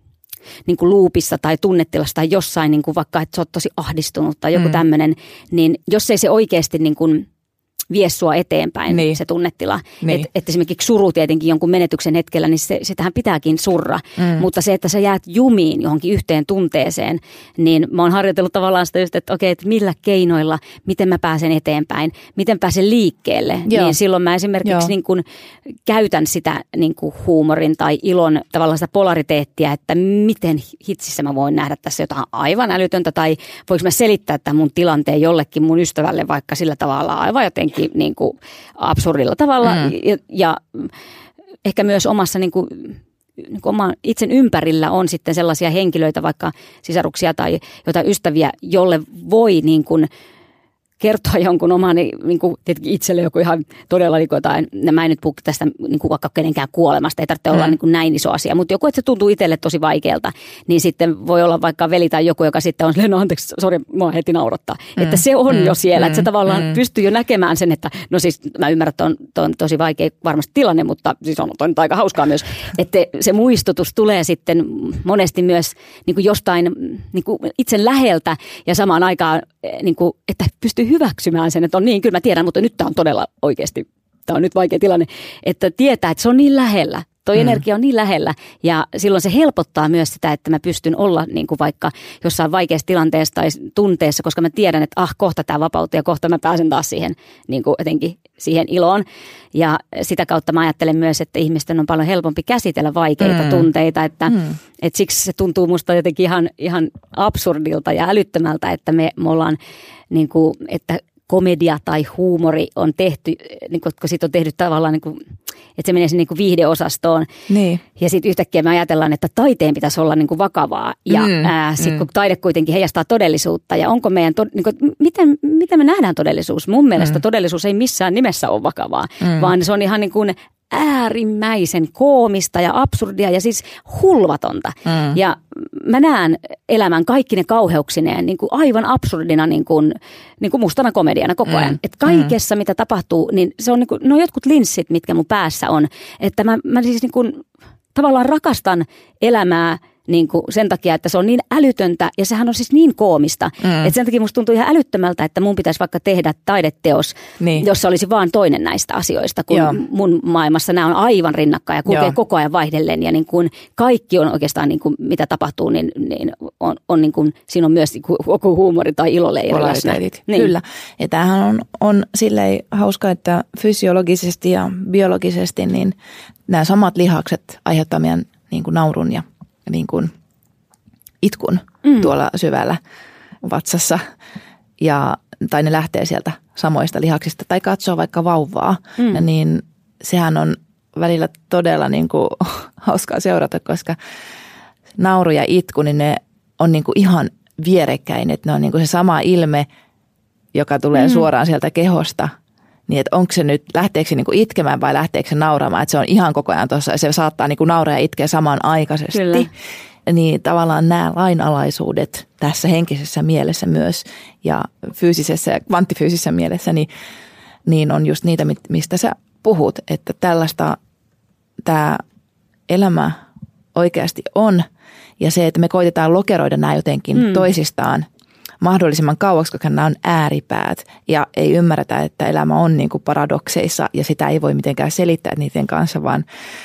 niin kuin loopissa tai tunnetilassa tai jossain, niin kuin vaikka että sä oot tosi ahdistunut tai joku mm. tämmöinen, niin jos ei se oikeasti niin kuin vie sua eteenpäin niin. se tunnetila. Niin. Että et esimerkiksi suru tietenkin jonkun menetyksen hetkellä, niin se, sitähän pitääkin surra. Mm. Mutta se, että sä jäät jumiin johonkin yhteen tunteeseen, niin mä oon harjoitellut tavallaan sitä just, että okei, että millä keinoilla, miten mä pääsen eteenpäin, miten pääsen liikkeelle. Joo. Niin silloin mä esimerkiksi niin kun käytän sitä niin kun huumorin tai ilon tavallaan sitä polariteettia, että miten hitsissä mä voin nähdä tässä jotain aivan älytöntä tai voiko mä selittää tämän mun tilanteen jollekin mun ystävälle vaikka sillä tavalla aivan jotenkin niin kuin absurdilla tavalla mm. ja, ja ehkä myös omassa niin kuin, niin kuin oma itsen ympärillä on sitten sellaisia henkilöitä, vaikka sisaruksia tai jotain ystäviä, jolle voi niin kuin kertoa jonkun oman, niin kuin tietenkin itselle joku ihan todella niin kuin jotain, mä en nyt puhu tästä niin kuin vaikka kenenkään kuolemasta, ei tarvitse mm. olla niin kuin näin iso asia, mutta joku, että se tuntuu itselle tosi vaikealta, niin sitten voi olla vaikka veli tai joku, joka sitten on silleen, no anteeksi, sori, mua heti naurattaa. Mm. Että se on mm. jo siellä, mm. että se tavallaan mm. pystyy jo näkemään sen, että no siis mä ymmärrän, että on, on tosi vaikea varmasti tilanne, mutta siis on, on aika hauskaa myös, että se muistutus tulee sitten monesti myös niin kuin jostain niin kuin itsen läheltä ja samaan aikaan, niin kuin, että pystyy hyväksymään sen, että on niin, kyllä mä tiedän, mutta nyt tämä on todella oikeasti, tämä on nyt vaikea tilanne, että tietää, että se on niin lähellä, toi mm. energia on niin lähellä ja silloin se helpottaa myös sitä, että mä pystyn olla niin kuin vaikka jossain vaikeassa tilanteessa tai tunteessa, koska mä tiedän, että ah, kohta tämä vapautuu ja kohta mä pääsen taas siihen niin kuin jotenkin siihen iloon ja sitä kautta mä ajattelen myös, että ihmisten on paljon helpompi käsitellä vaikeita mm. tunteita, että, mm. että siksi se tuntuu musta jotenkin ihan, ihan absurdilta ja älyttömältä, että me, me ollaan niin kuin, että komedia tai huumori on tehty, niin kun siitä on tehty tavallaan, niin kuin, että se menee sinne niin kuin viihdeosastoon. Niin. Ja sitten yhtäkkiä me ajatellaan, että taiteen pitäisi olla niin kuin vakavaa. Ja mm, sitten mm. kun taide kuitenkin heijastaa todellisuutta. Ja onko meidän, to, niin kuin, miten, miten me nähdään todellisuus? Mun mielestä mm. todellisuus ei missään nimessä ole vakavaa, mm. vaan se on ihan niin kuin äärimmäisen koomista ja absurdia ja siis hulvatonta. Mm. Ja mä näen elämän kaikki ne kauheuksineen niin kuin aivan absurdina niin kuin, niin kuin mustana komediana koko ajan. Mm. Että kaikessa, mitä tapahtuu, niin se on niin kuin, no jotkut linssit, mitkä mun päässä on. Että mä, mä siis niin kuin, tavallaan rakastan elämää niin kuin sen takia, että se on niin älytöntä ja sehän on siis niin koomista. Mm. Että sen takia musta tuntuu ihan älyttömältä, että mun pitäisi vaikka tehdä taideteos, niin. jossa olisi vaan toinen näistä asioista, kun Joo. mun maailmassa nämä on aivan rinnakkain ja kulkee Joo. koko ajan vaihdellen ja niin kuin kaikki on oikeastaan niin kuin mitä tapahtuu, niin, niin on, on niin kuin, siinä on myös joku huumori tai iloleiri läsnä. Niin. Kyllä. Ja tämähän on, on silleen hauska, että fysiologisesti ja biologisesti niin nämä samat lihakset aiheuttaa meidän niin kuin naurun ja niin kuin itkun mm. tuolla syvällä vatsassa, ja, tai ne lähtee sieltä samoista lihaksista, tai katsoo vaikka vauvaa, mm. ja niin sehän on välillä todella niin kuin hauskaa seurata, koska nauru ja itku, niin ne on niin kuin ihan vierekkäin, että ne on niin kuin se sama ilme, joka tulee mm. suoraan sieltä kehosta. Niin, että onko se nyt, lähteekö se niinku itkemään vai lähteekö se nauramaan, että se on ihan koko ajan tuossa, se saattaa niinku nauraa ja itkeä samanaikaisesti. Kyllä. Niin tavallaan nämä lainalaisuudet tässä henkisessä mielessä myös ja fyysisessä ja kvanttifyysisessä mielessä, niin, niin on just niitä, mistä sä puhut, että tällaista tämä elämä oikeasti on ja se, että me koitetaan lokeroida nämä jotenkin mm. toisistaan mahdollisimman kauaksi, koska nämä on ääripäät ja ei ymmärretä, että elämä on niin kuin paradokseissa ja sitä ei voi mitenkään selittää niiden kanssa, vaan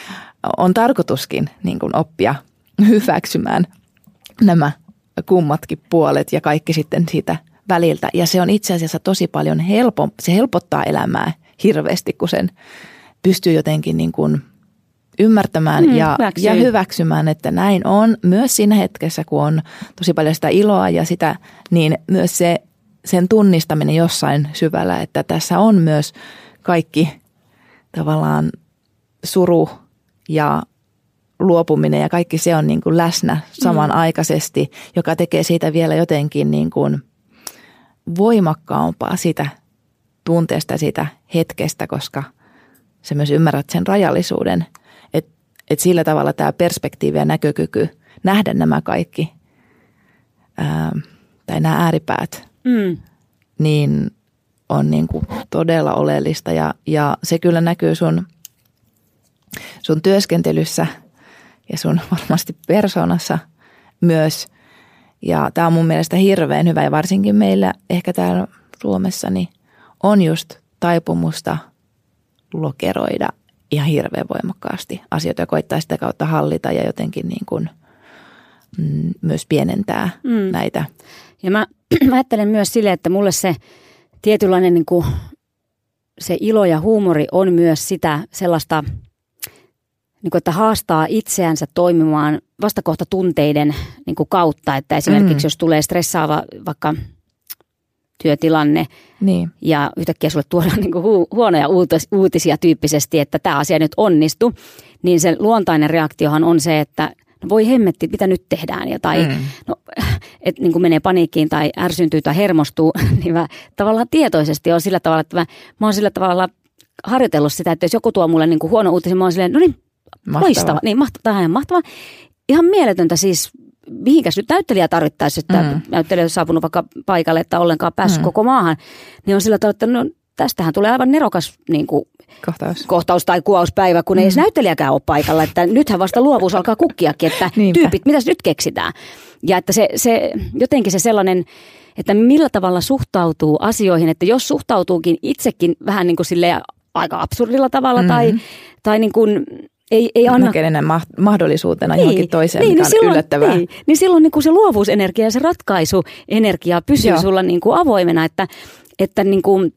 on tarkoituskin niin kuin oppia hyväksymään nämä kummatkin puolet ja kaikki sitten siitä väliltä. Ja se on itse asiassa tosi paljon helpompi, se helpottaa elämää hirveästi, kun sen pystyy jotenkin niin kuin ymmärtämään mm, ja, ja hyväksymään, että näin on myös siinä hetkessä, kun on tosi paljon sitä iloa ja sitä, niin myös se, sen tunnistaminen jossain syvällä, että tässä on myös kaikki tavallaan suru ja luopuminen ja kaikki se on niin kuin läsnä samanaikaisesti, joka tekee siitä vielä jotenkin niin kuin voimakkaampaa sitä tunteesta, siitä hetkestä, koska sä myös ymmärrät sen rajallisuuden, että et sillä tavalla tämä perspektiivi ja näkökyky nähdä nämä kaikki ää, tai nämä ääripäät, mm. niin on niin kuin todella oleellista ja, ja se kyllä näkyy sun, sun työskentelyssä ja sun varmasti persoonassa myös. Ja tämä on mun mielestä hirveän hyvä ja varsinkin meillä ehkä täällä Suomessa niin on just taipumusta lokeroida ihan hirveän voimakkaasti asioita ja koittaa sitä kautta hallita ja jotenkin niin kuin, mm, myös pienentää mm. näitä. Ja mä, mä ajattelen myös sille, että mulle se tietynlainen niin kuin se ilo ja huumori on myös sitä sellaista, niin kuin, että haastaa itseänsä toimimaan vastakohta tunteiden niin kuin kautta. Että esimerkiksi mm. jos tulee stressaava vaikka työtilanne niin. ja yhtäkkiä sulle tuodaan niin kuin hu- huonoja uutis- uutisia tyyppisesti, että tämä asia nyt onnistu, niin se luontainen reaktiohan on se, että no voi hemmetti, mitä nyt tehdään, ja tai mm. no, että niin kuin menee paniikkiin tai ärsyntyy tai hermostuu, niin mä tavallaan tietoisesti on sillä tavalla, että mä, mä oon sillä tavalla harjoitellut sitä, että jos joku tuo mulle niin kuin huono uutisen, mä oon silleen, no niin, mahtava. loistava, niin mahtava, ihan mahtava. Ihan mieletöntä siis, mihinkäs nyt näyttelijä tarvittaisi, että mm. näyttelijä on saapunut vaikka paikalle, että ollenkaan päässyt mm. koko maahan, niin on sillä tavalla, että no tästähän tulee aivan nerokas niin kuin kohtaus. kohtaus tai kuvauspäivä, kun mm. ei edes näyttelijäkään ole paikalla, että nythän vasta luovuus alkaa kukkiakin, että tyypit, mitäs nyt keksitään. Ja että se, se jotenkin se sellainen, että millä tavalla suhtautuu asioihin, että jos suhtautuukin itsekin vähän niin kuin silleen aika absurdilla tavalla mm. tai, tai niin kuin ei, ei anna näkenen mahdollisuutena niin, johonkin toiseen, niin, mikä niin on silloin, yllättävää. Niin, niin silloin niin kuin se luovuusenergia ja se ratkaisuenergia pysyy Joo. sulla niin kuin avoimena, että, että niin kuin,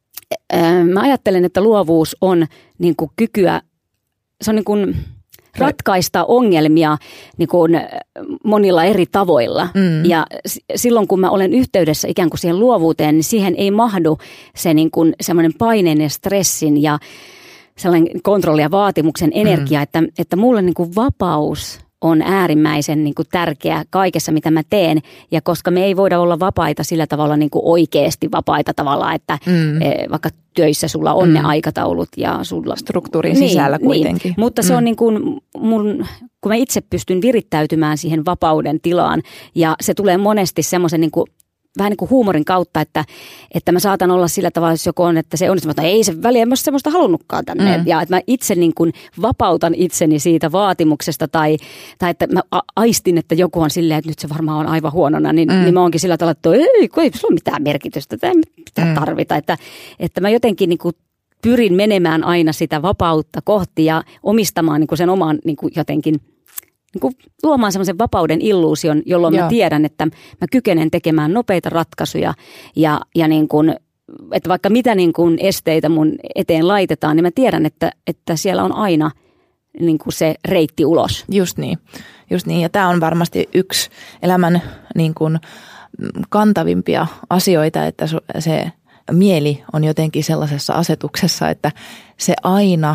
ää, mä ajattelen, että luovuus on niin kuin kykyä, se on niin kuin ratkaista ongelmia niin kuin monilla eri tavoilla. Mm. Ja silloin, kun mä olen yhteydessä ikään kuin siihen luovuuteen, niin siihen ei mahdu se niin kuin semmoinen paineen ja stressin ja sellainen kontrolli ja vaatimuksen energia, mm. että, että mulle niin kuin vapaus on äärimmäisen niin kuin tärkeä kaikessa, mitä mä teen. Ja koska me ei voida olla vapaita sillä tavalla niin kuin oikeasti vapaita tavallaan, että mm. vaikka töissä sulla on mm. ne aikataulut ja sulla struktuurin niin, sisällä kuitenkin. Niin. Mutta se mm. on niin kuin mun, kun mä itse pystyn virittäytymään siihen vapauden tilaan ja se tulee monesti semmoisen niin kuin vähän niin kuin huumorin kautta, että, että mä saatan olla sillä tavalla, jos joku on, että se on, että ei se väliä, en mä semmoista halunnutkaan tänne. Mm. Ja että mä itse niin kuin vapautan itseni siitä vaatimuksesta tai, tai että mä aistin, että joku on silleen, että nyt se varmaan on aivan huonona, niin, mm. niin mä oonkin sillä tavalla, että ei, kun ei sulla ole mitään merkitystä, ei mitään mm. tarvita. Että, että mä jotenkin niin kuin pyrin menemään aina sitä vapautta kohti ja omistamaan niin kuin sen oman niin kuin jotenkin niin kuin luomaan semmoisen vapauden illuusion, jolloin Joo. mä tiedän, että mä kykenen tekemään nopeita ratkaisuja ja, ja niin kuin, että vaikka mitä niin kuin esteitä mun eteen laitetaan, niin mä tiedän, että, että siellä on aina niin kuin se reitti ulos. Just niin, just niin. Ja tämä on varmasti yksi elämän niin kuin kantavimpia asioita, että se mieli on jotenkin sellaisessa asetuksessa, että se aina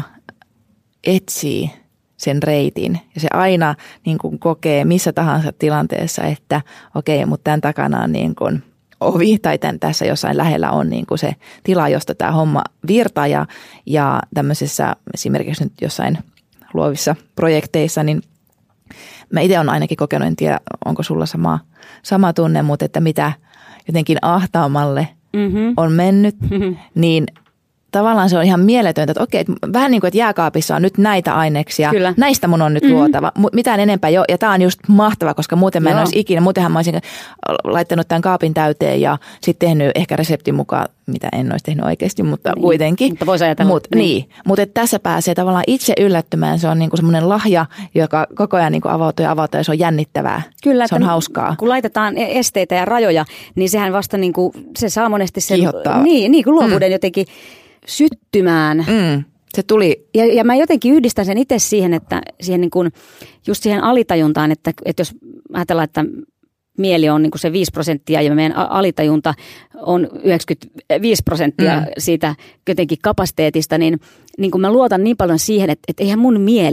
etsii sen reitin ja se aina niin kuin kokee missä tahansa tilanteessa, että okei, okay, mutta tämän takana on niin kuin ovi tai tämän, tässä jossain lähellä on niin kuin se tila, josta tämä homma virtaa ja, ja tämmöisessä esimerkiksi nyt jossain luovissa projekteissa, niin mä itse olen ainakin kokenut, en tiedä onko sulla sama, sama tunne, mutta että mitä jotenkin ahtaamalle mm-hmm. on mennyt, mm-hmm. niin tavallaan se on ihan mieletöntä, että okei, vähän niin kuin, että jääkaapissa on nyt näitä aineksia, Kyllä. näistä mun on nyt mm-hmm. luotava, mitään enempää jo, ja tämä on just mahtava, koska muuten mä en Joo. olisi ikinä, muutenhan mä olisin laittanut tämän kaapin täyteen ja sitten tehnyt ehkä reseptin mukaan, mitä en olisi tehnyt oikeasti, mutta niin. kuitenkin. Mutta voisi ajatella. Mut, niin, niin. mutta tässä pääsee tavallaan itse yllättymään, se on niin kuin semmoinen lahja, joka koko ajan niin kuin avautuu ja avautuu ja se on jännittävää, Kyllä, se on hauskaa. Kun laitetaan esteitä ja rajoja, niin sehän vasta niin kuin, se saa monesti sen, Kiihottaa. niin, niin kuin luovuuden mm. jotenkin syttymään. Mm, se tuli. Ja, ja mä jotenkin yhdistän sen itse siihen, että siihen niin kuin, just siihen alitajuntaan, että, että jos ajatellaan, että mieli on niin kuin se viisi prosenttia ja meidän alitajunta on yhdeksänkymmentäviisi prosenttia mm. siitä jotenkin kapasiteetista, niin, niin kuin mä luotan niin paljon siihen, että, että eihän mun mieli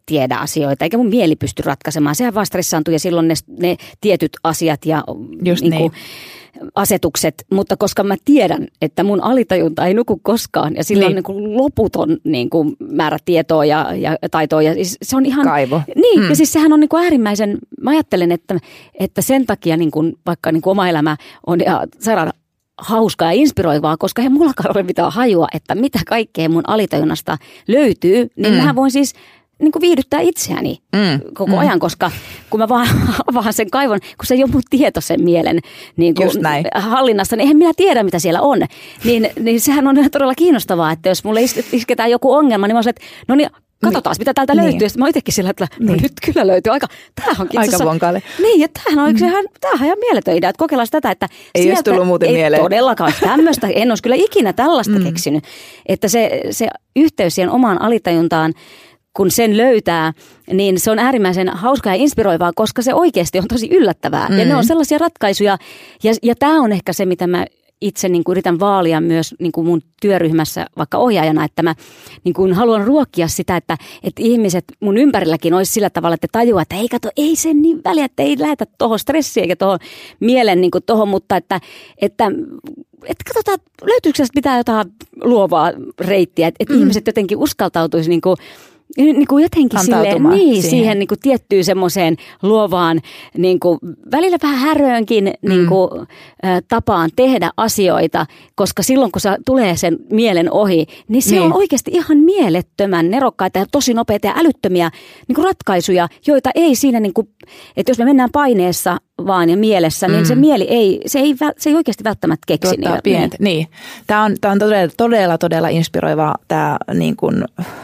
tiedä asioita, eikä mun mieli pysty ratkaisemaan. Sehän vaan stressaantuu ja silloin ne, ne tietyt asiat ja niin kuin, asetukset, mutta koska mä tiedän, että mun alitajunta ei nuku koskaan ja sillä niin. on niin kuin loputon niin kuin määrä tietoa ja, ja taitoa ja se on ihan... Kaivo. Niin, mm. ja siis sehän on niin kuin äärimmäisen, mä ajattelen, että, että sen takia niin kuin, vaikka niin kuin oma elämä on ja sairaan hauskaa ja inspiroivaa, koska ei mullakaan ole mitään hajua, että mitä kaikkea mun alitajunnasta löytyy, niin mm. mähän voin siis niin kuin viihdyttää itseäni mm. koko mm. ajan, koska kun mä vaan avaan sen kaivon, kun se ei ole mun tieto sen mielen niin kuin hallinnassa, niin eihän minä tiedä, mitä siellä on. Niin, niin sehän on todella kiinnostavaa, että jos mulle isketään joku ongelma, niin mä oon että no niin, katsotaan, mitä täältä niin. löytyy. Ja sitten mä oon itsekin sillä, että no niin. nyt kyllä löytyy aika, tämähän onkin aika vonkaali. Niin, ja tämähän on, mm. sehän, tämähän on ihan mieletön idea, että kokeillaan tätä, että ei sieltä, olisi tullut muuten ei mieleen. Todellakaan tämmöistä, en olisi kyllä ikinä tällaista mm. keksinyt. Että se, se yhteys siihen omaan alitajuntaan, kun sen löytää, niin se on äärimmäisen hauskaa ja inspiroivaa, koska se oikeasti on tosi yllättävää. Mm. Ja ne on sellaisia ratkaisuja, ja, ja tämä on ehkä se, mitä mä itse niin kuin yritän vaalia myös niin kuin mun työryhmässä vaikka ohjaajana, että mä niin kuin haluan ruokkia sitä, että, että ihmiset mun ympärilläkin olisi sillä tavalla, että tajuaa, että ei kato, ei sen niin väliä, että ei lähetä tuohon stressiin eikä tuohon mielen niin kuin tuohon, mutta että, että, että katsotaan, löytyykö sieltä mitään jotain luovaa reittiä, että, että mm. ihmiset jotenkin uskaltautuisi niin kuin niin kuin jotenkin silleen, niin, siihen, siihen niin kuin tiettyyn semmoiseen luovaan, niin kuin, välillä vähän häröönkin mm. niin kuin, ä, tapaan tehdä asioita, koska silloin kun se tulee sen mielen ohi, niin se niin. on oikeasti ihan mielettömän nerokkaita ja tosi nopeita ja älyttömiä niin kuin ratkaisuja, joita ei siinä, niin kuin, että jos me mennään paineessa vaan ja mielessä, mm. niin se mieli ei, se ei, se ei oikeasti välttämättä keksi niitä. Niin. niin. Tämä on, tämä on todella, todella, todella inspiroivaa tämä niin kuin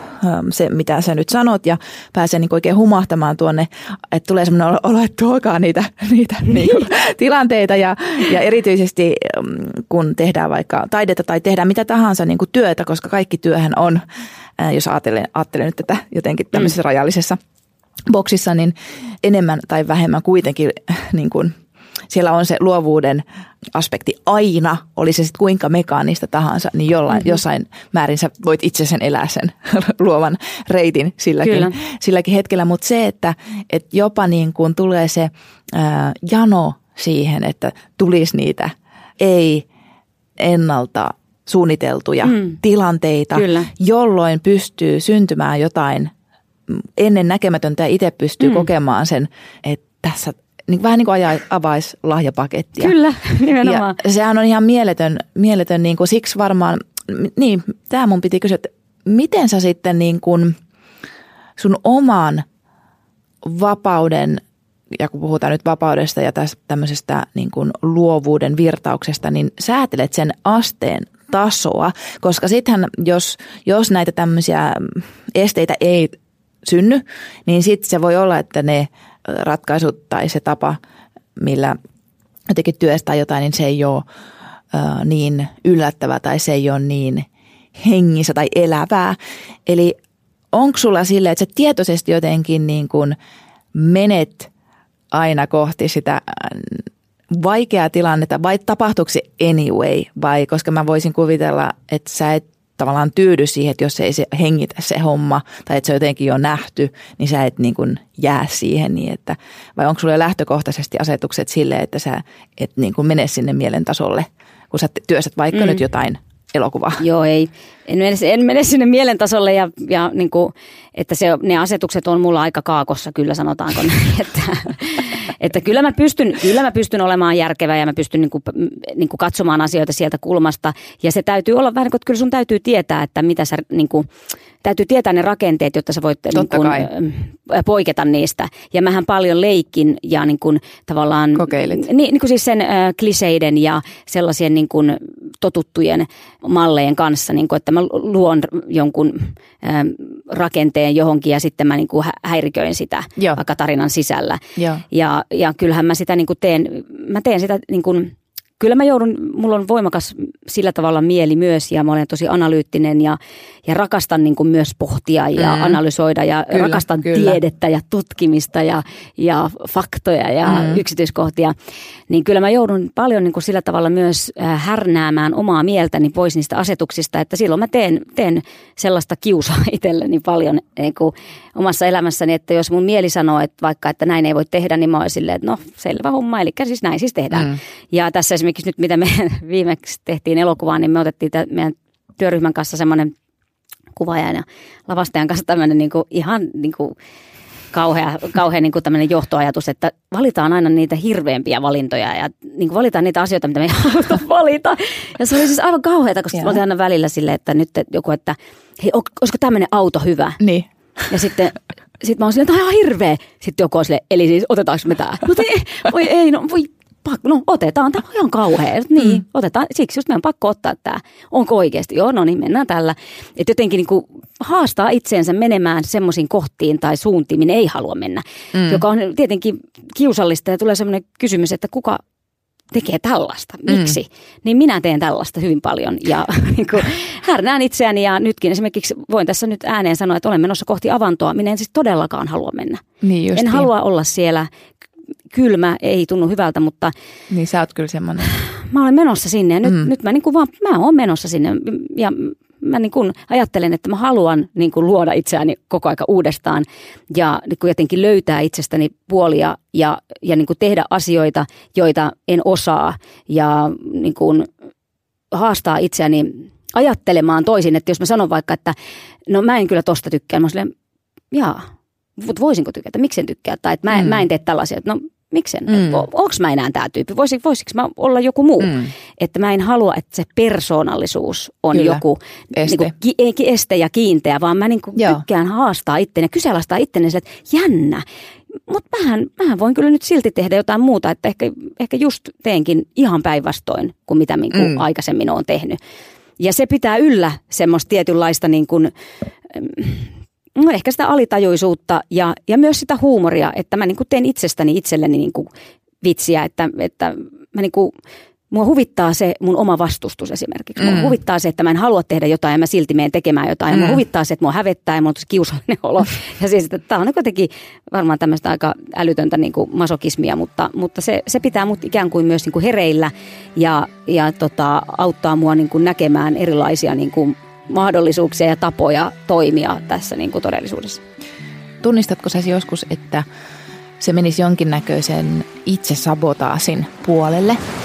se, mitä sä nyt sanot, ja pääsee niin oikein humahtamaan tuonne, että tulee semmoinen olo, että tuokaa niitä, niitä niin kuin tilanteita, ja, ja erityisesti kun tehdään vaikka taidetta tai tehdään mitä tahansa niin kuin työtä, koska kaikki työhän on, jos ajattelen, ajattelen nyt tätä jotenkin tämmöisessä mm. rajallisessa boksissa, niin enemmän tai vähemmän kuitenkin niin kuin siellä on se luovuuden aspekti aina, oli se sitten kuinka mekaanista tahansa, niin jollain, mm-hmm. jossain määrin sä voit itse sen elää sen luovan reitin silläkin, silläkin hetkellä. Mutta se, että et jopa niin kuin tulee se ää, jano siihen, että tulisi niitä ei ennalta suunniteltuja mm. tilanteita, Kyllä. jolloin pystyy syntymään jotain ennen näkemätöntä ja itse pystyy mm. kokemaan sen, että tässä niin vähän niin kuin avaisi lahjapakettia. Kyllä, nimenomaan. Ja sehän on ihan mieletön, mieletön niin kuin siksi varmaan, niin tämä mun piti kysyä, että miten sä sitten niin kuin sun oman vapauden, ja kun puhutaan nyt vapaudesta ja tästä tämmöisestä niin kuin luovuuden virtauksesta, niin säätelet sen asteen tasoa, koska sittenhän jos, jos näitä tämmöisiä esteitä ei synny, niin sitten se voi olla, että ne ratkaisut tai se tapa, millä jotenkin työstää jotain, niin se ei ole äh, niin yllättävää tai se ei ole niin hengissä tai elävää. Eli onko sulla silleen, että sä tietoisesti jotenkin niin kuin menet aina kohti sitä vaikeaa tilannetta vai tapahtuuko se anyway vai koska mä voisin kuvitella, että sä et tavallaan tyydy siihen, että jos ei se hengitä se homma tai että se on jotenkin jo nähty, niin sä et niin kuin jää siihen. Niin että, vai onko sulla lähtökohtaisesti asetukset sille, että sä et niin kuin mene sinne mielen tasolle, kun sä työstät vaikka mm. nyt jotain elokuvaa? Joo, ei. En mene, en mene sinne mielen tasolle ja, ja niin kuin, että se, ne asetukset on mulla aika kaakossa, kyllä sanotaanko näin, että... Että kyllä mä pystyn, kyllä mä pystyn olemaan järkevä ja mä pystyn niin kuin, niin kuin katsomaan asioita sieltä kulmasta. Ja se täytyy olla vähän niin kuin, että kyllä sun täytyy tietää, että mitä sä niin kuin, täytyy tietää ne rakenteet, jotta sä voit niin kuin, poiketa niistä. Ja mähän paljon leikin ja niin kuin, tavallaan... Kokeilit. Niin, niin kuin siis sen äh, kliseiden ja sellaisien niin kuin, totuttujen mallejen kanssa, niin kuin, että mä luon jonkun äh, rakenteen johonkin ja sitten mä niin kuin, häiriköin sitä Joo. vaikka tarinan sisällä. Joo. Ja Ja, ja kyllähän mä sitä niin kuin teen, mä teen sitä niin kuin kyllä mä joudun, mulla on voimakas sillä tavalla mieli myös ja mä olen tosi analyyttinen ja, ja rakastan niin kuin myös pohtia ja mm. analysoida ja kyllä, rakastan kyllä. tiedettä ja tutkimista ja, ja faktoja ja mm. yksityiskohtia. Niin kyllä mä joudun paljon niin kuin sillä tavalla myös härnäämään omaa mieltäni pois niistä asetuksista, että silloin mä teen, teen sellaista kiusaa itselleni paljon niin kuin omassa elämässäni, että jos mun mieli sanoo, että vaikka että näin ei voi tehdä, niin mä oon silleen, että no selvä homma, eli siis näin siis tehdään. Mm. Ja tässä esimerkiksi nyt, mitä me viimeksi tehtiin elokuvaan, niin me otettiin tämän meidän työryhmän kanssa semmoinen kuvaajan ja lavastajan kanssa tämmöinen niin kuin ihan niin kuin kauhea, kauhea niin kuin tämmöinen johtoajatus, että valitaan aina niitä hirveämpiä valintoja ja niin kuin valitaan niitä asioita, mitä me ei haluta valita. Ja se oli siis aivan kauheata, koska oltiin aina välillä silleen, että nyt joku, että hei, olisiko tämmöinen auto hyvä? Niin. Ja sitten sit mä oon silleen, että tämä on ihan hirveä. Sitten joku on silleen, eli siis otetaanko me tää? No ei, voi ei, no voi. No otetaan, tämä on ihan kauhea. Niin, mm. otetaan, siksi just meidän on pakko ottaa tämä. Onko oikeasti? Joo, no niin, mennään tällä. Että jotenkin niin kuin haastaa itseensä menemään semmoisiin kohtiin tai suuntiin, minne ei halua mennä. Mm. Joka on tietenkin kiusallista ja tulee semmoinen kysymys, että kuka tekee tällaista? Miksi? Mm. Niin minä teen tällaista hyvin paljon ja niin kuin härnään itseäni ja nytkin esimerkiksi voin tässä nyt ääneen sanoa, että olen menossa kohti avantoa. Minä en siis todellakaan halua mennä. Niin en niin. halua olla siellä. Kylmä ei tunnu hyvältä, mutta... Niin sä oot kyllä semmoinen. Mä olen menossa sinne ja nyt, mm. nyt mä, niin kuin vaan, mä oon menossa sinne ja mä niin kuin ajattelen, että mä haluan niin kuin luoda itseäni koko aika uudestaan ja niin kuin jotenkin löytää itsestäni puolia ja, ja niin kuin tehdä asioita, joita en osaa ja niin kuin haastaa itseäni ajattelemaan toisin, että jos mä sanon vaikka, että no mä en kyllä tosta tykkää, mä oon silleen, jaa. Mutta voisinko tykätä, miksi en tykkää, tai että mä, mm. mä en tee tällaisia, no miksen, mm. onko mä enää tämä tyyppi, Voisik, voisiko mä olla joku muu, mm. että mä en halua, että se persoonallisuus on Kyllä. joku este. Niin kuin, ei este ja kiinteä, vaan mä niin kuin tykkään haastaa itteni ja kyseenalaistaa itteni sille, että jännä, mutta mähän, mähän voin kyllä nyt silti tehdä jotain muuta, että ehkä, ehkä just teenkin ihan päinvastoin kuin mitä niin kuin mm. aikaisemmin olen tehnyt. Ja se pitää yllä semmoista tietynlaista niin kuin, no ehkä sitä alitajuisuutta ja, ja myös sitä huumoria, että mä niin kuin teen itsestäni itselleni niin kuin vitsiä, että, että mä niin kuin, mua huvittaa se mun oma vastustus esimerkiksi. Mua mm. huvittaa se, että mä en halua tehdä jotain ja mä silti menen tekemään jotain. Mm. Ja mua huvittaa se, että mua hävettää ja mulla on tosi kiusallinen olo. Ja siis, että tää on kuitenkin varmaan tämmöistä aika älytöntä niin kuin masokismia, mutta, mutta se, se pitää mut ikään kuin myös niin kuin hereillä ja, ja tota, auttaa mua niin kuin näkemään erilaisia niin kuin mahdollisuuksia ja tapoja toimia tässä niin kuin todellisuudessa. Tunnistatko sä joskus, että se menisi jonkinnäköisen itsesabotaasin puolelle?